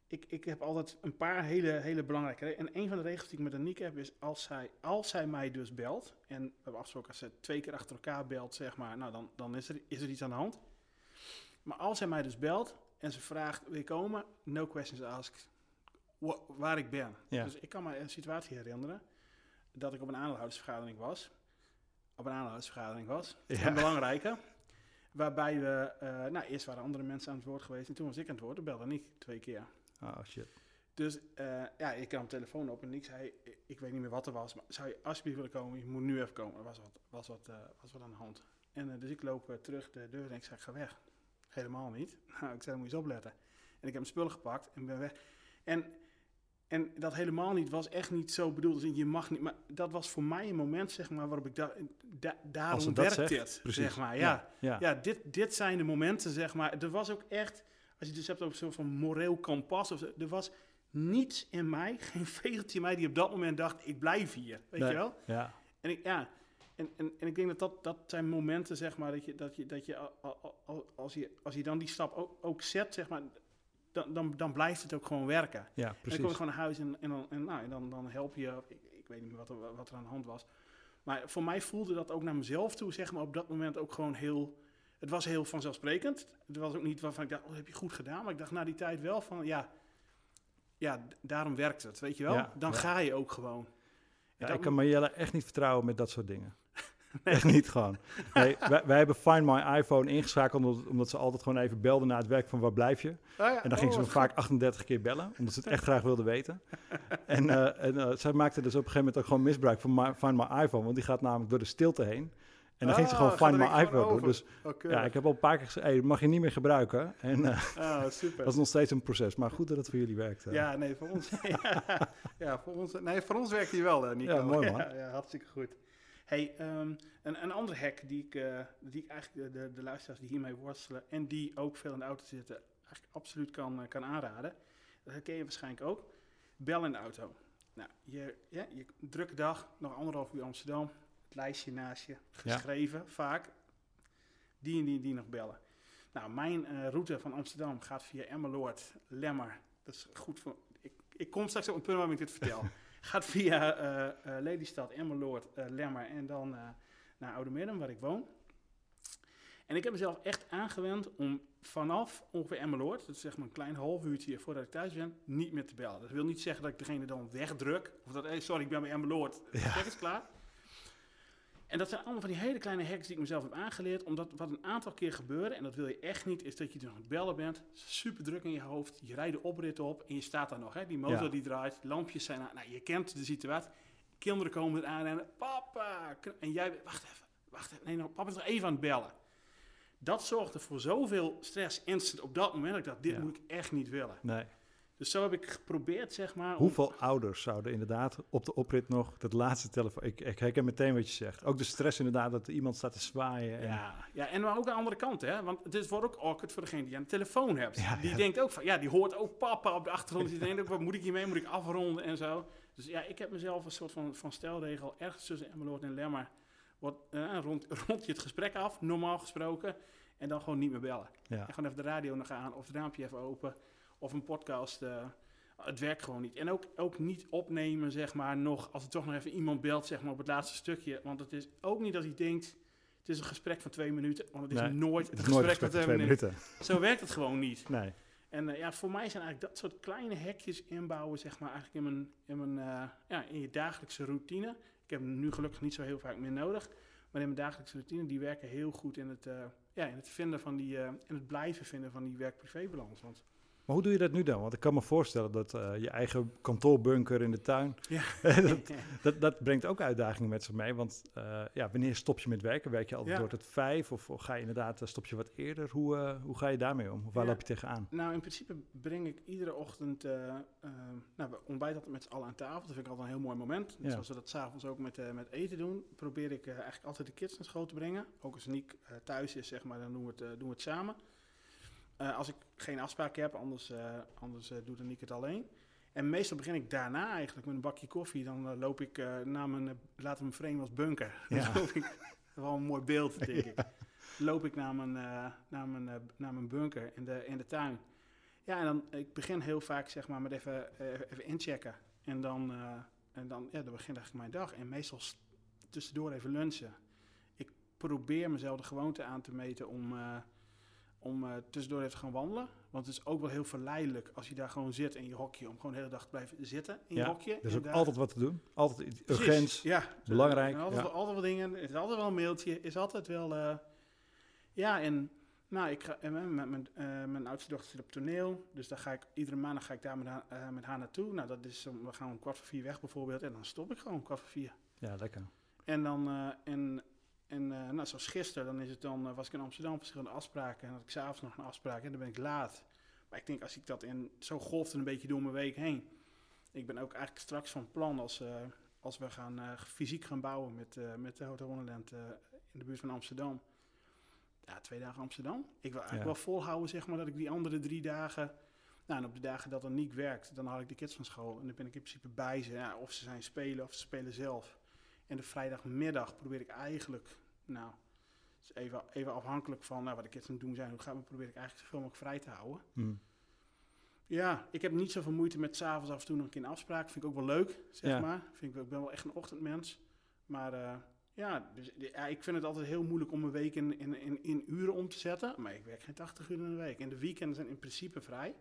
Speaker 1: ik, ik heb altijd een paar hele, hele belangrijke regels. En een van de regels die ik met Aniek heb is, als zij, als zij mij dus belt, en we hebben afgesproken, als ze twee keer achter elkaar belt, zeg maar, nou dan, dan is, er, is er iets aan de hand. Maar als zij mij dus belt en ze vraagt, wil je komen? No questions asked. Wa- waar ik ben.
Speaker 2: Ja.
Speaker 1: Dus ik kan me een situatie herinneren dat ik op een aandeelhoudersvergadering was. Op een aandeelhoudersvergadering was.
Speaker 2: Ja.
Speaker 1: Een belangrijke. Waarbij we, uh, nou eerst waren andere mensen aan het woord geweest en toen was ik aan het woord. Dan belde Nick twee keer.
Speaker 2: Oh, shit.
Speaker 1: Dus uh, ja, ik nam de telefoon op en Nick zei, ik, ik weet niet meer wat er was, maar zou je alsjeblieft willen komen? Je moet nu even komen. Er was wat, was wat, uh, was wat aan de hand. En uh, dus ik loop uh, terug de deur en ik zei, ik ga weg. Helemaal niet. Nou, ik zei, moet je eens opletten. En ik heb mijn spullen gepakt en ben weg. En, en dat helemaal niet was echt niet zo bedoeld. Dus je mag niet, maar dat was voor mij een moment, zeg maar, waarop ik dacht, da, daarom werkt
Speaker 2: zegt,
Speaker 1: dit,
Speaker 2: precies.
Speaker 1: zeg maar. Ja,
Speaker 2: ja, ja.
Speaker 1: ja dit, dit zijn de momenten, zeg maar. Er was ook echt, als je dus hebt over een soort van moreel kompas, of zo, er was niets in mij, geen vegeltje in mij die op dat moment dacht, ik blijf hier, weet
Speaker 2: nee.
Speaker 1: je wel?
Speaker 2: Ja.
Speaker 1: En ik, ja, en, en, en ik denk dat, dat dat zijn momenten, zeg maar, dat je, dat je, dat je als je, als je dan die stap ook, ook zet, zeg maar, dan, dan, dan blijft het ook gewoon werken.
Speaker 2: Ja,
Speaker 1: en
Speaker 2: precies.
Speaker 1: dan kom je gewoon naar huis en, en, dan, en, nou, en dan, dan help je, ik, ik weet niet meer wat er, wat er aan de hand was. Maar voor mij voelde dat ook naar mezelf toe, zeg maar, op dat moment ook gewoon heel, het was heel vanzelfsprekend. Het was ook niet waarvan ik dacht, oh, dat heb je goed gedaan. Maar ik dacht na die tijd wel van, ja, ja d- daarom werkt het, weet je wel?
Speaker 2: Ja,
Speaker 1: dan
Speaker 2: ja.
Speaker 1: ga je ook gewoon.
Speaker 2: Ja,
Speaker 1: dat
Speaker 2: ik kan Marjelle echt niet vertrouwen met dat soort dingen. Nee. Echt niet gewoon. Nee, wij, wij hebben Find My iPhone ingeschakeld omdat, omdat ze altijd gewoon even belden na het werk van waar blijf je?
Speaker 1: Oh ja,
Speaker 2: en dan ging
Speaker 1: oh,
Speaker 2: ze me vaak achtendertig keer bellen, omdat ze het echt graag wilden weten. En, uh, en uh, zij maakte dus op een gegeven moment ook gewoon misbruik van my, Find My iPhone, want die gaat namelijk door de stilte heen. En dan
Speaker 1: ah,
Speaker 2: ging ze gewoon Find My iPhone doen. Dus
Speaker 1: okay.
Speaker 2: ja, ik heb al een paar keer gezegd, hey, dat mag je niet meer gebruiken. En uh,
Speaker 1: oh, super.
Speaker 2: dat is nog steeds een proces. Maar goed dat het voor jullie werkt. Uh.
Speaker 1: Ja, nee, voor ons, ja, ja, voor ons, nee, voor ons werkt die wel, uh, Nico.
Speaker 2: Ja, mooi man.
Speaker 1: Ja, ja, hartstikke goed. Hey, um, een, een andere hack die ik, uh, die ik eigenlijk de, de, de luisteraars die hiermee worstelen en die ook veel in de auto zitten, eigenlijk absoluut kan, uh, kan aanraden. Dat herken je waarschijnlijk ook. Bel in de auto. Nou, je, ja, je drukke dag, nog anderhalf uur Amsterdam, het lijstje naast je, geschreven, ja. vaak. Die en die, die nog bellen. Nou, mijn uh, route van Amsterdam gaat via Emmeloord, Lemmer. Dat is goed voor. Ik, ik kom straks op een punt waar ik dit vertel. Gaat via uh, uh, Lelystad, Emmeloord, uh, Lemmer en dan uh, naar Oudemeerdum, waar ik woon. En ik heb mezelf echt aangewend om vanaf ongeveer Emmeloord, dat is zeg maar een klein half uurtje voordat ik thuis ben, niet meer te bellen. Dat wil niet zeggen dat ik degene dan wegdruk. Of dat, hey, sorry, ik ben bij Emmeloord. Ja. Zeg eens klaar. En dat zijn allemaal van die hele kleine hacks die ik mezelf heb aangeleerd. Omdat wat een aantal keer gebeurde, en dat wil je echt niet, is dat je dus aan het bellen bent. Super druk in je hoofd. Je rijdt de oprit op en je staat daar nog. Hè? Die motor ja. die draait, lampjes zijn aan. Nou, je kent de situatie. Kinderen komen er aan en papa. En jij, wacht even, wacht even. Nee, nou, papa is nog even aan het bellen. Dat zorgde voor zoveel stress instant op dat moment. Dat ik dacht, dit ja. moet ik echt niet willen.
Speaker 2: Nee.
Speaker 1: Dus zo heb ik geprobeerd, zeg maar...
Speaker 2: Hoeveel om... ouders zouden inderdaad op de oprit nog dat laatste telefoon... Ik, ik herken meteen wat je zegt. Ook de stress inderdaad dat er iemand staat te zwaaien. En...
Speaker 1: Ja, ja, en maar ook de andere kant, hè. Want het is, wordt ook awkward voor degene die aan de telefoon hebt.
Speaker 2: Ja,
Speaker 1: die
Speaker 2: ja.
Speaker 1: denkt ook van... Ja, die hoort ook papa op de achtergrond. Die denkt ook, wat moet ik hiermee? Moet ik afronden en zo? Dus ja, ik heb mezelf een soort van, van stelregel... Ergens tussen Emmeloord en Lemmer... Wordt, uh, rond, rond je het gesprek af, normaal gesproken... En dan gewoon niet meer bellen. Ja. En gewoon even de radio nog aan of het raampje even open... Of een podcast... Uh, Het werkt gewoon niet. En ook, ook niet opnemen, zeg maar, nog... als er toch nog even iemand belt, zeg maar, op het laatste stukje. Want het is ook niet dat hij denkt... het is een gesprek van twee minuten. Want het is
Speaker 2: nee,
Speaker 1: nooit
Speaker 2: het
Speaker 1: een
Speaker 2: is
Speaker 1: gesprek,
Speaker 2: nooit
Speaker 1: van twee, twee minuten. minuten. Zo werkt het gewoon niet.
Speaker 2: Nee.
Speaker 1: En uh, ja, voor mij zijn eigenlijk dat soort kleine hekjes inbouwen... zeg maar, eigenlijk in, mijn, in, mijn, uh, ja, in je dagelijkse routine. Ik heb hem nu gelukkig niet zo heel vaak meer nodig. Maar in mijn dagelijkse routine, die werken heel goed... in het, uh, ja, in het vinden van die... Uh, in het blijven vinden van die werk-privé-balans. Want...
Speaker 2: Maar hoe doe je dat nu dan? Want ik kan me voorstellen dat uh, je eigen kantoorbunker in de tuin...
Speaker 1: Ja.
Speaker 2: dat, dat, dat brengt ook uitdagingen met zich mee. Want uh, ja, wanneer stop je met werken? Werk je altijd ja. door tot vijf? Of, of ga je inderdaad, uh, stop je wat eerder? Hoe, uh, hoe ga je daarmee om? Of waar ja. loop je tegenaan?
Speaker 1: Nou, in principe breng ik iedere ochtend... Uh, uh, nou, we ontbijten altijd met z'n allen aan tafel. Dat vind ik altijd een heel mooi moment. Ja. Zoals we dat s'avonds ook met, uh, met eten doen. Probeer ik uh, eigenlijk altijd de kids naar school te brengen. Ook als Niek uh, thuis is, zeg maar, dan doen we het, uh, doen we het samen. Uh, als ik geen afspraak heb, anders, uh, anders uh, doe dan ik het alleen. En meestal begin ik daarna eigenlijk met een bakje koffie. Dan uh, loop ik uh, naar mijn, uh, laten we me framen als bunker. Ja. Dan loop ik, wel een mooi beeld, denk ja. ik. Loop ik naar mijn, uh, naar mijn, uh, naar mijn bunker in de, in de tuin. Ja, en dan, ik begin heel vaak zeg maar met even, uh, even inchecken. En dan, uh, en dan, ja, dan begint eigenlijk mijn dag. En meestal st- tussendoor even lunchen. Ik probeer mezelf de gewoonte aan te meten om, uh, om uh, tussendoor even te gaan wandelen. Want het is ook wel heel verleidelijk als je daar gewoon zit in je hokje. Om gewoon de hele dag te blijven zitten in
Speaker 2: ja,
Speaker 1: je hokje.
Speaker 2: Er is ook
Speaker 1: daar...
Speaker 2: altijd wat te doen. Altijd iets urgents,
Speaker 1: ja,
Speaker 2: belangrijk.
Speaker 1: Er altijd,
Speaker 2: ja.
Speaker 1: altijd wat dingen. Er is altijd wel een mailtje. is altijd wel... Uh, ja, en... Nou, ik ga, met, met, met uh, mijn oudste dochter zit op toneel, dus dan ga ik, iedere maandag ga ik daar met haar, uh, met haar naartoe. Nou, dat is, um, we gaan om kwart voor vier weg bijvoorbeeld, en dan stop ik gewoon om kwart voor vier.
Speaker 2: Ja, lekker.
Speaker 1: En dan, uh, en, en uh, nou, zoals gisteren, dan is het dan, uh, was ik in Amsterdam, verschillende afspraken, en dan had ik s'avonds nog een afspraak, en dan ben ik laat. Maar ik denk, als ik dat in, zo golft een beetje door mijn week heen. Ik ben ook eigenlijk straks van plan, als, uh, als we gaan uh, fysiek gaan bouwen met, uh, met de Hotel Wonderland uh, in de buurt van Amsterdam. Ja, twee dagen Amsterdam. Ik wil eigenlijk ja. wel volhouden, zeg maar, dat ik die andere drie dagen... Nou, en op de dagen dat dan niet werkt, dan haal ik de kids van school. En dan ben ik in principe bij ze. Ja, of ze zijn spelen, of ze spelen zelf. En de vrijdagmiddag probeer ik eigenlijk... Nou, het is even, even afhankelijk van nou, wat de kids aan het doen zijn. Hoe gaan we, probeer ik eigenlijk zoveel mogelijk vrij te houden.
Speaker 2: Hmm.
Speaker 1: Ja, ik heb niet zoveel moeite met 's avonds af en toe nog een keer een afspraak. Vind ik ook wel leuk, zeg
Speaker 2: ja.
Speaker 1: maar. Vind ik, ik ben wel echt een ochtendmens. Maar... Uh, Ja, dus, ja, ik vind het altijd heel moeilijk om een week in, in, in, in uren om te zetten. Maar ik werk geen tachtig uur in een week. En de weekenden zijn in principe vrij.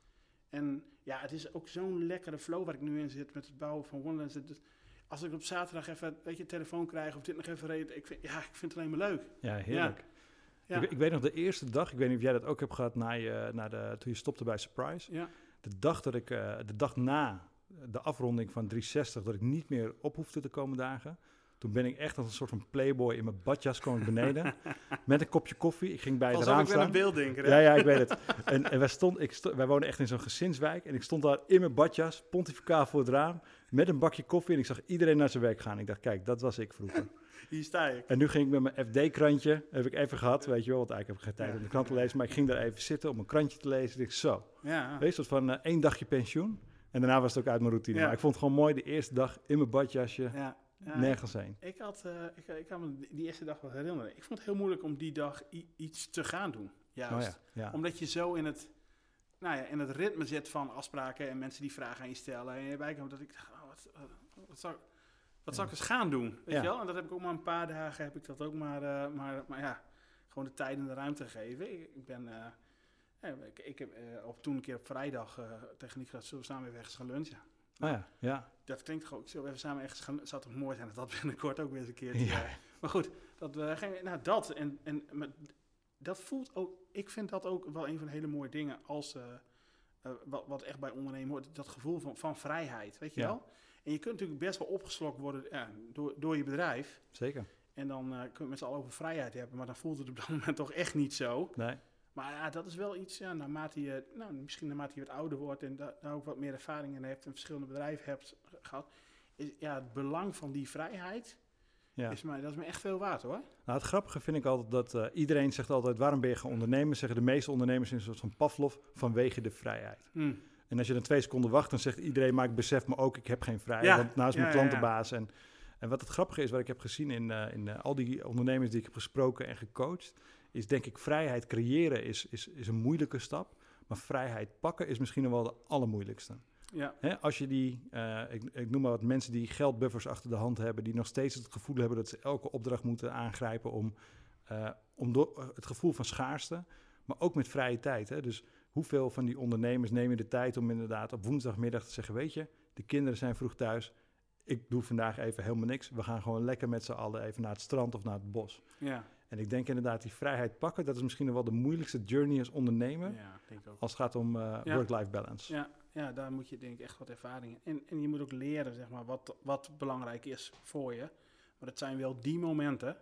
Speaker 1: En ja, het is ook zo'n lekkere flow waar ik nu in zit met het bouwen van Wonderland. Als ik op zaterdag even weet je, telefoon krijg of dit nog even reden. Ik vind, ja, ik vind het alleen maar leuk.
Speaker 2: Ja, heerlijk.
Speaker 1: Ja. Ja.
Speaker 2: Ik, ik weet nog de eerste dag, ik weet niet of jij dat ook hebt gehad na je, na de, toen je stopte bij Surprise.
Speaker 1: Ja.
Speaker 2: De dag dat ik, uh, de dag na de afronding van driehonderdzestig, dat ik niet meer op hoefde de komende dagen. Toen ben ik echt als een soort van playboy in mijn badjas kwam ik beneden. Met een kopje koffie. Ik ging bij het raam staan.
Speaker 1: Ik ben een beelddenker, hè?
Speaker 2: Ja, ja, ik weet het. En, en wij, stond, ik sto, wij wonen echt in zo'n gezinswijk. En ik stond daar in mijn badjas, pontificaal voor het raam. Met een bakje koffie. En ik zag iedereen naar zijn werk gaan. Ik dacht, kijk, dat was ik vroeger.
Speaker 1: Hier sta ik.
Speaker 2: En nu ging ik met mijn F D-krantje. Heb ik even gehad, weet je wel. Want eigenlijk heb ik geen tijd ja. om de krant te lezen. Maar ik ging daar even zitten om een krantje te lezen. Ik dacht, zo.
Speaker 1: Ja.
Speaker 2: Wees dat van uh, één dagje pensioen. En daarna was het ook uit mijn routine. Ja. Maar ik vond het gewoon mooi, de eerste dag in mijn badjasje.
Speaker 1: Ja. Ja,
Speaker 2: nergens heen.
Speaker 1: Ik, had, uh, ik, ik kan me die eerste dag wel herinneren. Ik vond het heel moeilijk om die dag i- iets te gaan doen. Juist.
Speaker 2: Oh ja, ja.
Speaker 1: Omdat je zo in het, nou ja, in het ritme zit van afspraken en mensen die vragen aan je stellen. En erbij komen dat ik dacht, oh, wat, uh, wat, zou, wat zou ik eens gaan doen? Weet
Speaker 2: ja.
Speaker 1: je wel? En dat heb ik ook maar een paar dagen, heb ik dat ook maar, uh, maar, maar ja, gewoon de tijd en de ruimte gegeven. Ik, ik ben, uh, ja, ik, ik heb uh, op, toen een keer op vrijdag uh, tegen Nick gezegd, zullen we samen weer ergens gaan lunchen?
Speaker 2: Oh ja, ja.
Speaker 1: Dat klinkt gewoon, zullen we even samen ergens gaan, zou toch mooi zijn dat dat binnenkort ook weer eens een keertje.
Speaker 2: Ja.
Speaker 1: Uh, maar goed, dat we uh, nou dat en, en maar dat voelt ook, ik vind dat ook wel een van de hele mooie dingen als, uh, uh, wat, wat echt bij ondernemen hoort, dat gevoel van, van vrijheid, weet je
Speaker 2: ja.
Speaker 1: wel? En je kunt natuurlijk best wel opgeslokt worden ja, door, door je bedrijf.
Speaker 2: Zeker.
Speaker 1: En dan uh, kun je met z'n allen over vrijheid hebben, maar dan voelt het op dat moment toch echt niet zo.
Speaker 2: Nee.
Speaker 1: Maar ja, dat is wel iets, ja, naarmate je, nou, misschien naarmate je wat ouder wordt en da- daar ook wat meer ervaring in hebt en verschillende bedrijven hebt gehad, is ja, het belang van die vrijheid, ja. is mij, dat is me echt veel waard, hoor.
Speaker 2: Nou, het grappige vind ik altijd dat uh, iedereen zegt altijd, waarom ben je gaan ondernemen? Zeggen de meeste ondernemers in een soort van Pavlov, vanwege de vrijheid.
Speaker 1: Hmm.
Speaker 2: En als je dan twee seconden wacht, dan zegt iedereen, maar ik besef me ook, ik heb geen vrijheid,
Speaker 1: Ja.
Speaker 2: want naast
Speaker 1: ja,
Speaker 2: mijn
Speaker 1: ja,
Speaker 2: klantenbaas. En, en wat het grappige is, wat ik heb gezien in, uh, in uh, al die ondernemers die ik heb gesproken en gecoacht, is denk ik vrijheid creëren is, is, is een moeilijke stap. Maar vrijheid pakken is misschien nog wel de allermoeilijkste.
Speaker 1: Ja.
Speaker 2: Hè, als je die, uh, ik, ik noem maar wat mensen die geldbuffers achter de hand hebben, die nog steeds het gevoel hebben dat ze elke opdracht moeten aangrijpen om, uh, om do- het gevoel van schaarste, maar ook met vrije tijd. Hè? Dus hoeveel van die ondernemers nemen de tijd om inderdaad op woensdagmiddag te zeggen, weet je, de kinderen zijn vroeg thuis, ik doe vandaag even helemaal niks. We gaan gewoon lekker met z'n allen even naar het strand of naar het bos.
Speaker 1: Ja.
Speaker 2: En ik denk inderdaad, die vrijheid pakken, dat is misschien nog wel de moeilijkste journey als ondernemer.
Speaker 1: Ja, denk ik ook.
Speaker 2: Als het gaat om uh,
Speaker 1: ja.
Speaker 2: work-life balance.
Speaker 1: Ja, ja, daar moet je denk ik echt wat ervaring in. En, en je moet ook leren, zeg maar, wat, wat belangrijk is voor je. Maar het zijn wel die momenten.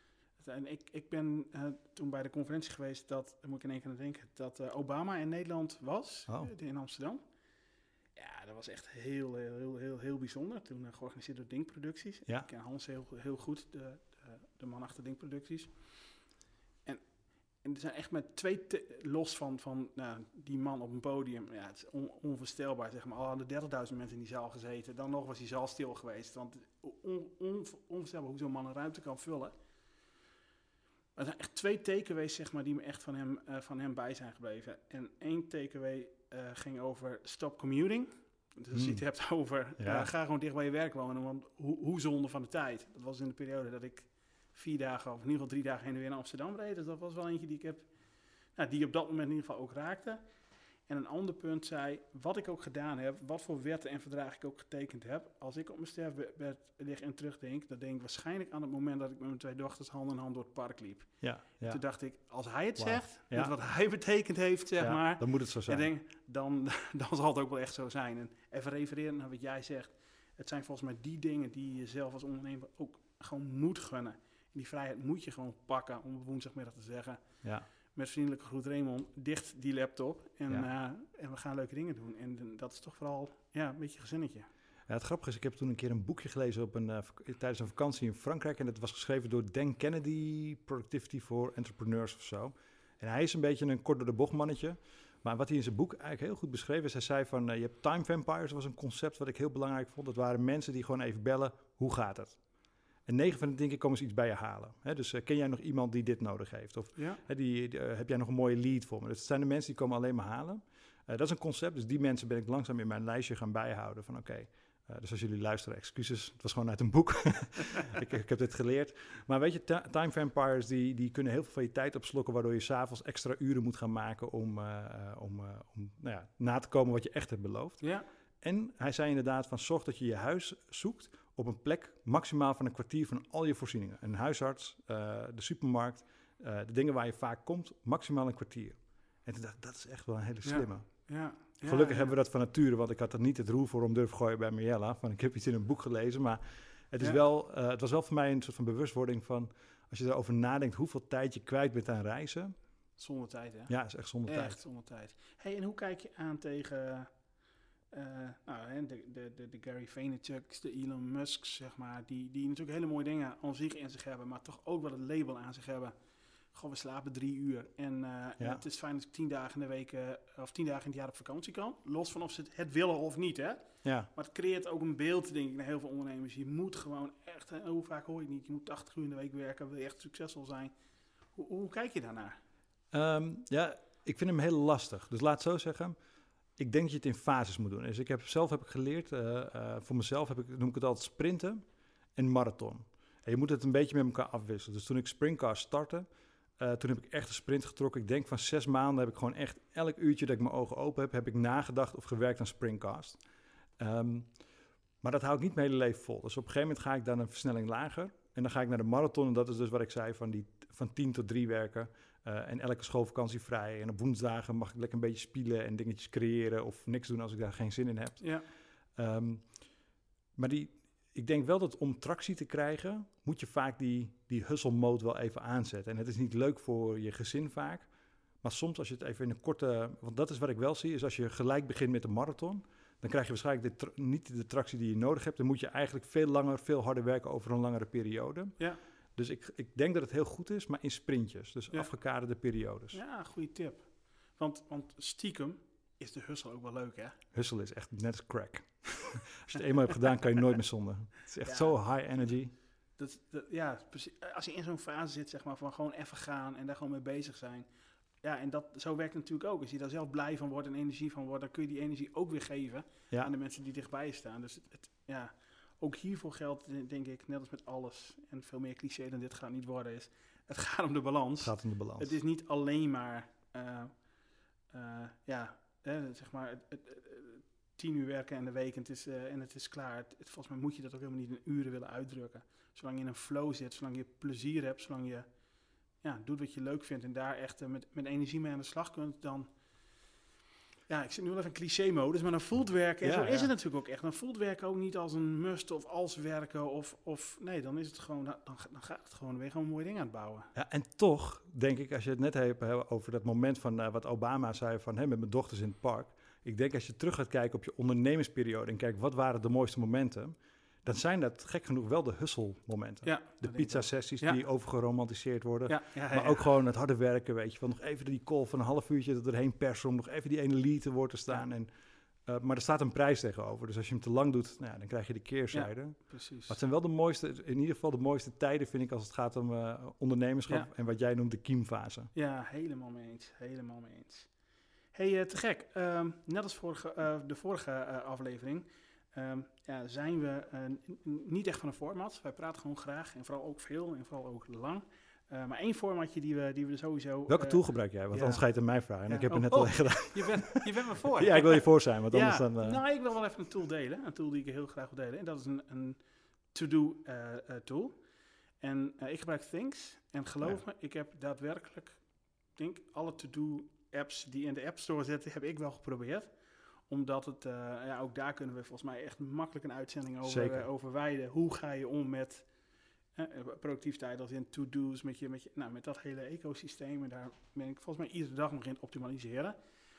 Speaker 1: En ik, ik ben uh, toen bij de conferentie geweest, dat, daar moet ik in één keer aan denken, dat uh, Obama in Nederland was,
Speaker 2: oh.
Speaker 1: uh, in Amsterdam. Ja, dat was echt heel, heel, heel, heel, heel bijzonder. Toen uh, georganiseerd door Dink Producties.
Speaker 2: Ja.
Speaker 1: Ik ken Hans heel, heel goed, de, de, de man achter Dink Producties. En, en er zijn echt met twee, te, los van, van nou, die man op een podium, ja, het is on, onvoorstelbaar, zeg maar. Al hadden dertigduizend mensen in die zaal gezeten, dan nog was die zaal stil geweest. Want on, on, onvoorstelbaar hoe zo'n man een ruimte kan vullen. Er zijn echt twee takeaways, zeg maar, die me echt van hem, uh, van hem bij zijn gebleven. En één takeaway uh, ging over stop commuting. Dus als je het hebt over, ja. uh, ga gewoon dicht bij je werk wonen, want hoe, hoe zonde van de tijd. Dat was in de periode dat ik vier dagen, of in ieder geval drie dagen heen en weer naar Amsterdam reed. Dus dat was wel eentje die ik heb, nou, die op dat moment in ieder geval ook raakte. En een ander punt zei, wat ik ook gedaan heb, wat voor wetten en verdragen ik ook getekend heb. Als ik op mijn sterfbed lig en terugdenk, dan denk ik waarschijnlijk aan het moment dat ik met mijn twee dochters hand in hand door het park liep.
Speaker 2: Ja, ja.
Speaker 1: Toen dacht ik, als hij het
Speaker 2: wow.
Speaker 1: zegt,
Speaker 2: ja.
Speaker 1: met wat hij betekend heeft, zeg
Speaker 2: ja,
Speaker 1: maar.
Speaker 2: Dan moet het zo zijn.
Speaker 1: En denk, dan, dan zal het ook wel echt zo zijn. En even refereren naar wat jij zegt. Het zijn volgens mij die dingen die je zelf als ondernemer ook gewoon moet gunnen. En die vrijheid moet je gewoon pakken, om op woensdagmiddag te zeggen.
Speaker 2: Ja.
Speaker 1: Met vriendelijke groet Raymond, dicht die laptop en,
Speaker 2: ja.
Speaker 1: uh, en we gaan leuke dingen doen. En uh, dat is toch vooral ja, een beetje gezinnetje.
Speaker 2: Ja, het grappige is, ik heb toen een keer een boekje gelezen op een, uh, vak- tijdens een vakantie in Frankrijk. En dat was geschreven door Dan Kennedy, Productivity for Entrepreneurs of zo. En hij is een beetje een kort door de bocht mannetje. Maar wat hij in zijn boek eigenlijk heel goed beschreven is, hij zei van, uh, je hebt time vampires, dat was een concept wat ik heel belangrijk vond. Dat waren mensen die gewoon even bellen, hoe gaat het? En negen van de tien keer komen ze iets bij je halen. He, dus uh, ken jij nog iemand die dit nodig heeft? Of
Speaker 1: ja.
Speaker 2: he, die, die, uh, heb jij nog een mooie lead voor me? Dus het zijn de mensen die komen alleen maar halen. Uh, dat is een concept, dus die mensen ben ik langzaam in mijn lijstje gaan bijhouden. Van oké, okay, uh, dus als jullie luisteren, excuses. Het was gewoon uit een boek. ik, ik heb dit geleerd. Maar weet je, t- time vampires die, die kunnen heel veel van je tijd opslokken, waardoor je s'avonds extra uren moet gaan maken om, uh, uh, om, uh, om nou ja, na te komen wat je echt hebt beloofd.
Speaker 1: Ja.
Speaker 2: En hij zei inderdaad van, zorg dat je je huis zoekt op een plek maximaal van een kwartier van al je voorzieningen. Een huisarts, uh, de supermarkt, uh, de dingen waar je vaak komt, maximaal een kwartier. En toen dacht ik, dat is echt wel een hele slimme.
Speaker 1: Ja, ja,
Speaker 2: Gelukkig
Speaker 1: ja.
Speaker 2: hebben we dat van nature, want ik had er niet het roer voor om durf gooien bij Mirjella. Van, ik heb iets in een boek gelezen, maar het, is
Speaker 1: ja.
Speaker 2: wel, uh, het was wel voor mij een soort van bewustwording van, als je erover nadenkt hoeveel tijd je kwijt bent aan reizen.
Speaker 1: Zonder tijd, hè?
Speaker 2: Ja, is echt zonder tijd.
Speaker 1: Echt zonder tijd. Hey, en hoe kijk je aan tegen uh, nou, de, de, de, de Gary Vaynerchuk's, de Elon Musk's, zeg maar, die, die natuurlijk hele mooie dingen aan zich in zich hebben, maar toch ook wel het label aan zich hebben. Goh, we slapen drie uur. En, uh, ja. en het is fijn dat ik tien dagen in de week, uh, of tien dagen in het jaar op vakantie kan. Los van of ze het, het willen of niet, hè.
Speaker 2: Ja.
Speaker 1: Maar het creëert ook een beeld, denk ik, naar heel veel ondernemers. Je moet gewoon echt, hè, hoe vaak hoor je het niet, je moet tachtig uur in de week werken, wil je echt succesvol zijn. Hoe, hoe kijk je daarnaar?
Speaker 2: Um, ja, ik vind hem heel lastig. Dus laat het zo zeggen. Ik denk dat je het in fases moet doen. Dus ik heb zelf heb ik geleerd, uh, uh, voor mezelf heb ik, noem ik het altijd sprinten en marathon. En je moet het een beetje met elkaar afwisselen. Dus toen ik Springcast startte, uh, toen heb ik echt een sprint getrokken. Ik denk van zes maanden heb ik gewoon echt elk uurtje dat ik mijn ogen open heb, heb ik nagedacht of gewerkt aan Springcast. Um, maar dat hou ik niet mijn hele leven vol. Dus op een gegeven moment ga ik dan een versnelling lager. En dan ga ik naar de marathon. En dat is dus wat ik zei, van, die, van tien tot drie werken. Uh, en elke schoolvakantie vrij. En op woensdagen mag ik lekker een beetje spielen en dingetjes creëren of niks doen als ik daar geen zin in heb.
Speaker 1: Ja.
Speaker 2: Um, maar die, ik denk wel dat om tractie te krijgen, moet je vaak die, die hustle mode wel even aanzetten. En het is niet leuk voor je gezin vaak. Maar soms als je het even in een korte... Want dat is wat ik wel zie, is als je gelijk begint met de marathon, dan krijg je waarschijnlijk de tra- niet de tractie die je nodig hebt. Dan moet je eigenlijk veel langer, veel harder werken over een langere periode.
Speaker 1: Ja.
Speaker 2: Dus ik, ik denk dat het heel goed is, maar in sprintjes. Dus ja. afgekaderde periodes.
Speaker 1: Ja, goede tip. Want, want stiekem is de hustle ook wel leuk, hè?
Speaker 2: Hustle is echt net als crack. Als je het eenmaal hebt gedaan, kan je nooit meer zonder. Het is echt ja. zo high energy.
Speaker 1: Dat, dat, ja, precies. Als je in zo'n fase zit, zeg maar, van gewoon even gaan en daar gewoon mee bezig zijn. Ja, en dat, zo werkt het natuurlijk ook. Als je daar zelf blij van wordt en energie van wordt, dan kun je die energie ook weer geven ja. aan de mensen die dichtbij je staan. Dus het, het, ja, ook hiervoor geldt, denk ik, net als met alles, en veel meer cliché dan dit gaat niet worden, is het gaat om de balans.
Speaker 2: Het gaat om de balans.
Speaker 1: Het is niet alleen maar, uh, uh, ja, hè, zeg maar, het, het, het, tien uur werken in de week en het is, uh, en het is klaar. Het, het, volgens mij moet je dat ook helemaal niet in uren willen uitdrukken. Zolang je in een flow zit, zolang je plezier hebt, zolang je ja, doet wat je leuk vindt en daar echt uh, met, met energie mee aan de slag kunt, dan... Ja, ik zit nu wel even in cliché-modus, maar dan voelt werken, en ja, zo is ja. het natuurlijk ook echt. Dan voelt werken ook niet als een must of als werken of... of nee, dan is het gewoon, dan, dan gaat het gewoon weer gewoon mooie dingen aan het bouwen.
Speaker 2: Ja, en toch, denk ik, als je het net hebt over dat moment van uh, wat Obama zei van, hey, met mijn dochters in het park. Ik denk als je terug gaat kijken op je ondernemersperiode en kijkt wat waren de mooiste momenten, dan zijn dat gek genoeg wel de hustle momenten.
Speaker 1: Ja,
Speaker 2: de pizza-sessies ja. die overgeromantiseerd worden.
Speaker 1: Ja, ja, ja,
Speaker 2: maar
Speaker 1: ja.
Speaker 2: ook gewoon het harde werken, weet je. Van nog even die call van een half uurtje er doorheen persen om nog even die ene lead te woord te staan. Ja. En Uh, maar er staat een prijs tegenover. Dus als je hem te lang doet, nou ja, dan krijg je de keerzijde.
Speaker 1: Ja, precies.
Speaker 2: Maar het zijn wel de mooiste, in ieder geval de mooiste tijden, vind ik, als het gaat om uh, ondernemerschap ja. en wat jij noemt de kiemfase.
Speaker 1: Ja, helemaal mee eens. Helemaal mee eens. Hey, uh, te gek. Um, net als vorige, uh, de vorige uh, aflevering um, ja, zijn we uh, n- niet echt van een format. Wij praten gewoon graag en vooral ook veel en vooral ook lang. Uh, maar één formatje die we, die we sowieso...
Speaker 2: Welke
Speaker 1: uh,
Speaker 2: tool gebruik jij? Want
Speaker 1: ja.
Speaker 2: anders ga je het aan mij vragen. En
Speaker 1: Ja.
Speaker 2: ik heb
Speaker 1: oh,
Speaker 2: het net
Speaker 1: oh,
Speaker 2: al gedaan.
Speaker 1: Je bent, je bent me voor.
Speaker 2: Ja, ik wil je voor zijn, want
Speaker 1: ja,
Speaker 2: anders dan... Uh...
Speaker 1: Nou, ik wil wel even een tool delen. Een tool die ik heel graag wil delen. En dat is een, een to-do uh, uh, tool. En uh, ik gebruik Things. En geloof ja. me, ik heb daadwerkelijk... denk alle to-do apps die in de App Store zitten, heb ik wel geprobeerd. Omdat het... Uh, ja, ook daar kunnen we volgens mij echt makkelijk een uitzending over, uh, over wijden. Hoe ga je om met... Uh, productiviteit als in to-do's, met, je, met, je, nou, met dat hele ecosysteem. En daar ben ik volgens mij iedere dag nog in het optimaliseren.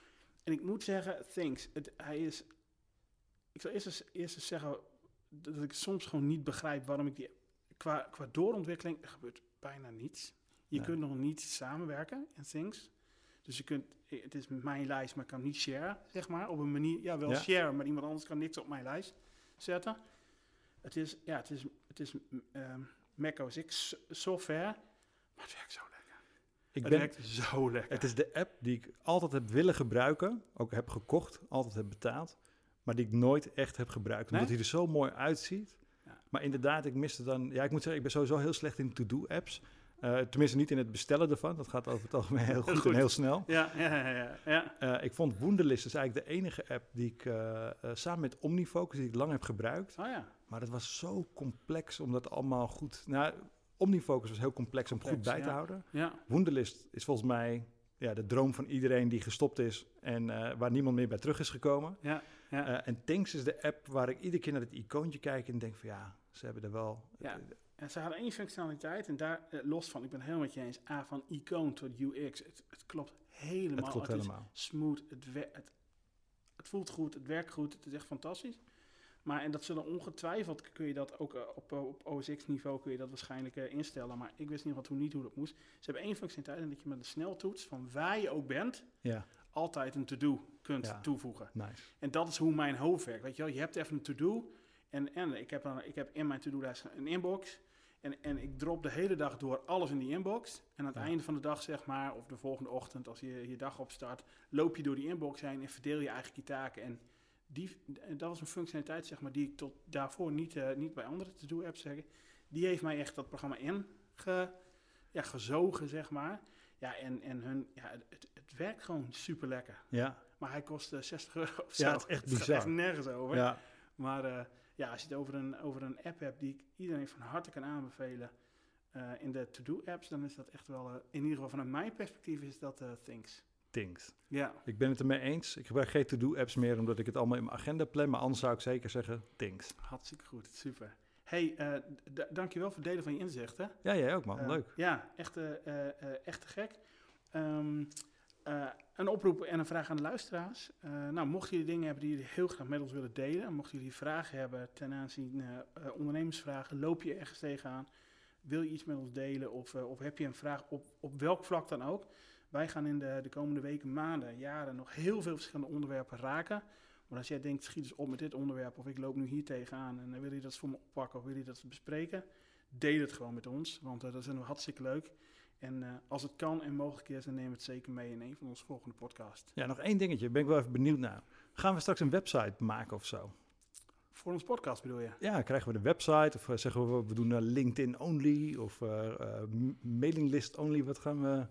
Speaker 1: En ik moet zeggen, Things, het, hij is... Ik zal eerst eens, eerst eens zeggen dat ik soms gewoon niet begrijp waarom ik die... Qua, qua doorontwikkeling, er gebeurt bijna niets. Je nee. kunt nog niet samenwerken in Things. Dus je kunt... Het is mijn lijst, maar ik kan niet share, zeg maar. Op een manier... Ja, wel ja. share, maar iemand anders kan niks op mijn lijst zetten. Het is... Ja, het is... Het is um, Mac O S X software, maar het werkt zo lekker.
Speaker 2: Ik
Speaker 1: het
Speaker 2: ben,
Speaker 1: werkt zo lekker.
Speaker 2: Het is de app die ik altijd heb willen gebruiken, ook heb gekocht, altijd heb betaald, maar die ik nooit echt heb gebruikt, omdat nee? hij er zo mooi uitziet. Ja. Maar inderdaad, ik miste dan... Ja, ik moet zeggen, ik ben sowieso heel slecht in to-do-apps. Uh, tenminste niet in het bestellen ervan. Dat gaat over het algemeen heel goed, heel goed. en heel snel.
Speaker 1: Ja, ja, ja. ja.
Speaker 2: Uh, ik vond Wunderlist dus eigenlijk de enige app die ik uh, uh, samen met OmniFocus, die ik lang heb gebruikt.
Speaker 1: Oh ja.
Speaker 2: Maar dat was zo complex om dat allemaal goed... Nou, OmniFocus was heel complex, complex om goed bij ja. te houden.
Speaker 1: Ja.
Speaker 2: Wunderlist is volgens mij ja, de droom van iedereen die gestopt is en uh, waar niemand meer bij terug is gekomen.
Speaker 1: Ja. Ja.
Speaker 2: Uh, en Things is de app waar ik iedere keer naar het icoontje kijk en denk van ja, ze hebben er wel...
Speaker 1: Ja. En ze hadden één functionaliteit en daar uh, los van, ik ben het helemaal met je eens, A, van icoon tot U X. Het, het klopt helemaal.
Speaker 2: Het klopt
Speaker 1: het
Speaker 2: helemaal.
Speaker 1: Is smooth, het, we- het, het voelt goed, het werkt goed, het is echt fantastisch. Maar en dat zullen ongetwijfeld, kun je dat ook uh, op, uh, op O S X niveau kun je dat waarschijnlijk uh, instellen. Maar ik wist niet wat hoe niet hoe dat moest. Ze hebben één functionaliteit en dat je met een sneltoets van waar je ook bent,
Speaker 2: ja.
Speaker 1: altijd een to-do kunt
Speaker 2: ja.
Speaker 1: toevoegen.
Speaker 2: Nice.
Speaker 1: En dat is hoe mijn hoofd werkt. Weet je wel, je hebt even een to-do en, en ik, heb dan, ik heb in mijn to-do-lijst een inbox. En, en ik drop de hele dag door alles in die inbox. En aan het ja. einde van de dag, zeg maar, of de volgende ochtend, als je je dag opstart, loop je door die inbox heen en verdeel je eigenlijk je taken. En die, dat was een functionaliteit, zeg maar, die ik tot daarvoor niet, uh, niet bij andere to-do-apps zeg. Die heeft mij echt dat programma in ge, ja, gezogen, zeg maar. Ja, en, en hun, ja, het, het werkt gewoon super lekker.
Speaker 2: Ja.
Speaker 1: Maar hij kost uh, zestig euro of zo.
Speaker 2: Ja, het is echt bizar.
Speaker 1: Het gaat echt nergens over.
Speaker 2: Ja.
Speaker 1: Maar uh, ja, als je het over een, over een app hebt die ik iedereen van harte kan aanbevelen uh, in de to-do-apps, dan is dat echt wel, uh, in ieder geval vanuit mijn perspectief, is dat uh, Things.
Speaker 2: Things.
Speaker 1: Ja.
Speaker 2: Ik ben het ermee eens. Ik gebruik geen to-do-apps meer, omdat ik het allemaal in mijn agenda plan. Maar anders zou ik zeker zeggen Things.
Speaker 1: Hartstikke goed, super. Hey, uh, d- dankjewel voor het delen van je inzichten.
Speaker 2: Ja, jij ook, man.
Speaker 1: Uh,
Speaker 2: Leuk.
Speaker 1: Ja, echt, uh, uh, echt te gek. Um, uh, een oproep en een vraag aan de luisteraars. Uh, nou, mochten jullie dingen hebben die jullie heel graag met ons willen delen, mochten jullie vragen hebben ten aanzien uh, uh, ondernemersvragen, loop je ergens tegenaan, wil je iets met ons delen of, uh, of heb je een vraag op, op welk vlak dan ook. Wij gaan in de, de komende weken, maanden, jaren nog heel veel verschillende onderwerpen raken. Maar als jij denkt, schiet eens op met dit onderwerp of ik loop nu hier tegenaan en uh, wil je dat voor me oppakken of wil je dat bespreken, deel het gewoon met ons, want uh, dat vinden we hartstikke leuk. En uh, als het kan en mogelijk is, dan nemen we het zeker mee in een van onze volgende podcasts.
Speaker 2: Ja, nog één dingetje. Ben ik wel even benieuwd naar. Gaan we straks een website maken of zo?
Speaker 1: Voor ons podcast bedoel je?
Speaker 2: Ja, krijgen we de website of uh, zeggen we, we doen uh, LinkedIn only of uh, uh, mailinglist only. Wat gaan we...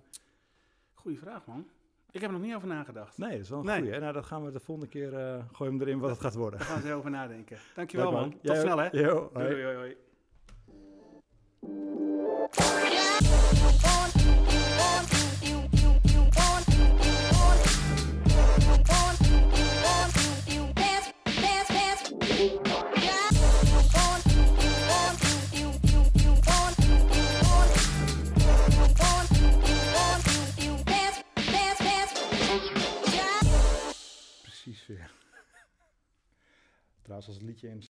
Speaker 1: Goeie vraag, man. Ik heb er nog niet over nagedacht.
Speaker 2: Nee, dat is wel een
Speaker 1: nee.
Speaker 2: goeie. Nou, dat gaan we de volgende keer, uh, gooien we erin wat het gaat worden.
Speaker 1: Daar gaan we over nadenken. Dankjewel,
Speaker 2: Leuk,
Speaker 1: man.
Speaker 2: man.
Speaker 1: Tot Jij snel, hè?
Speaker 2: Yo,
Speaker 1: hoi. Hoi, hoi, hoi.
Speaker 2: Precies weer. Trouwens, als het liedje in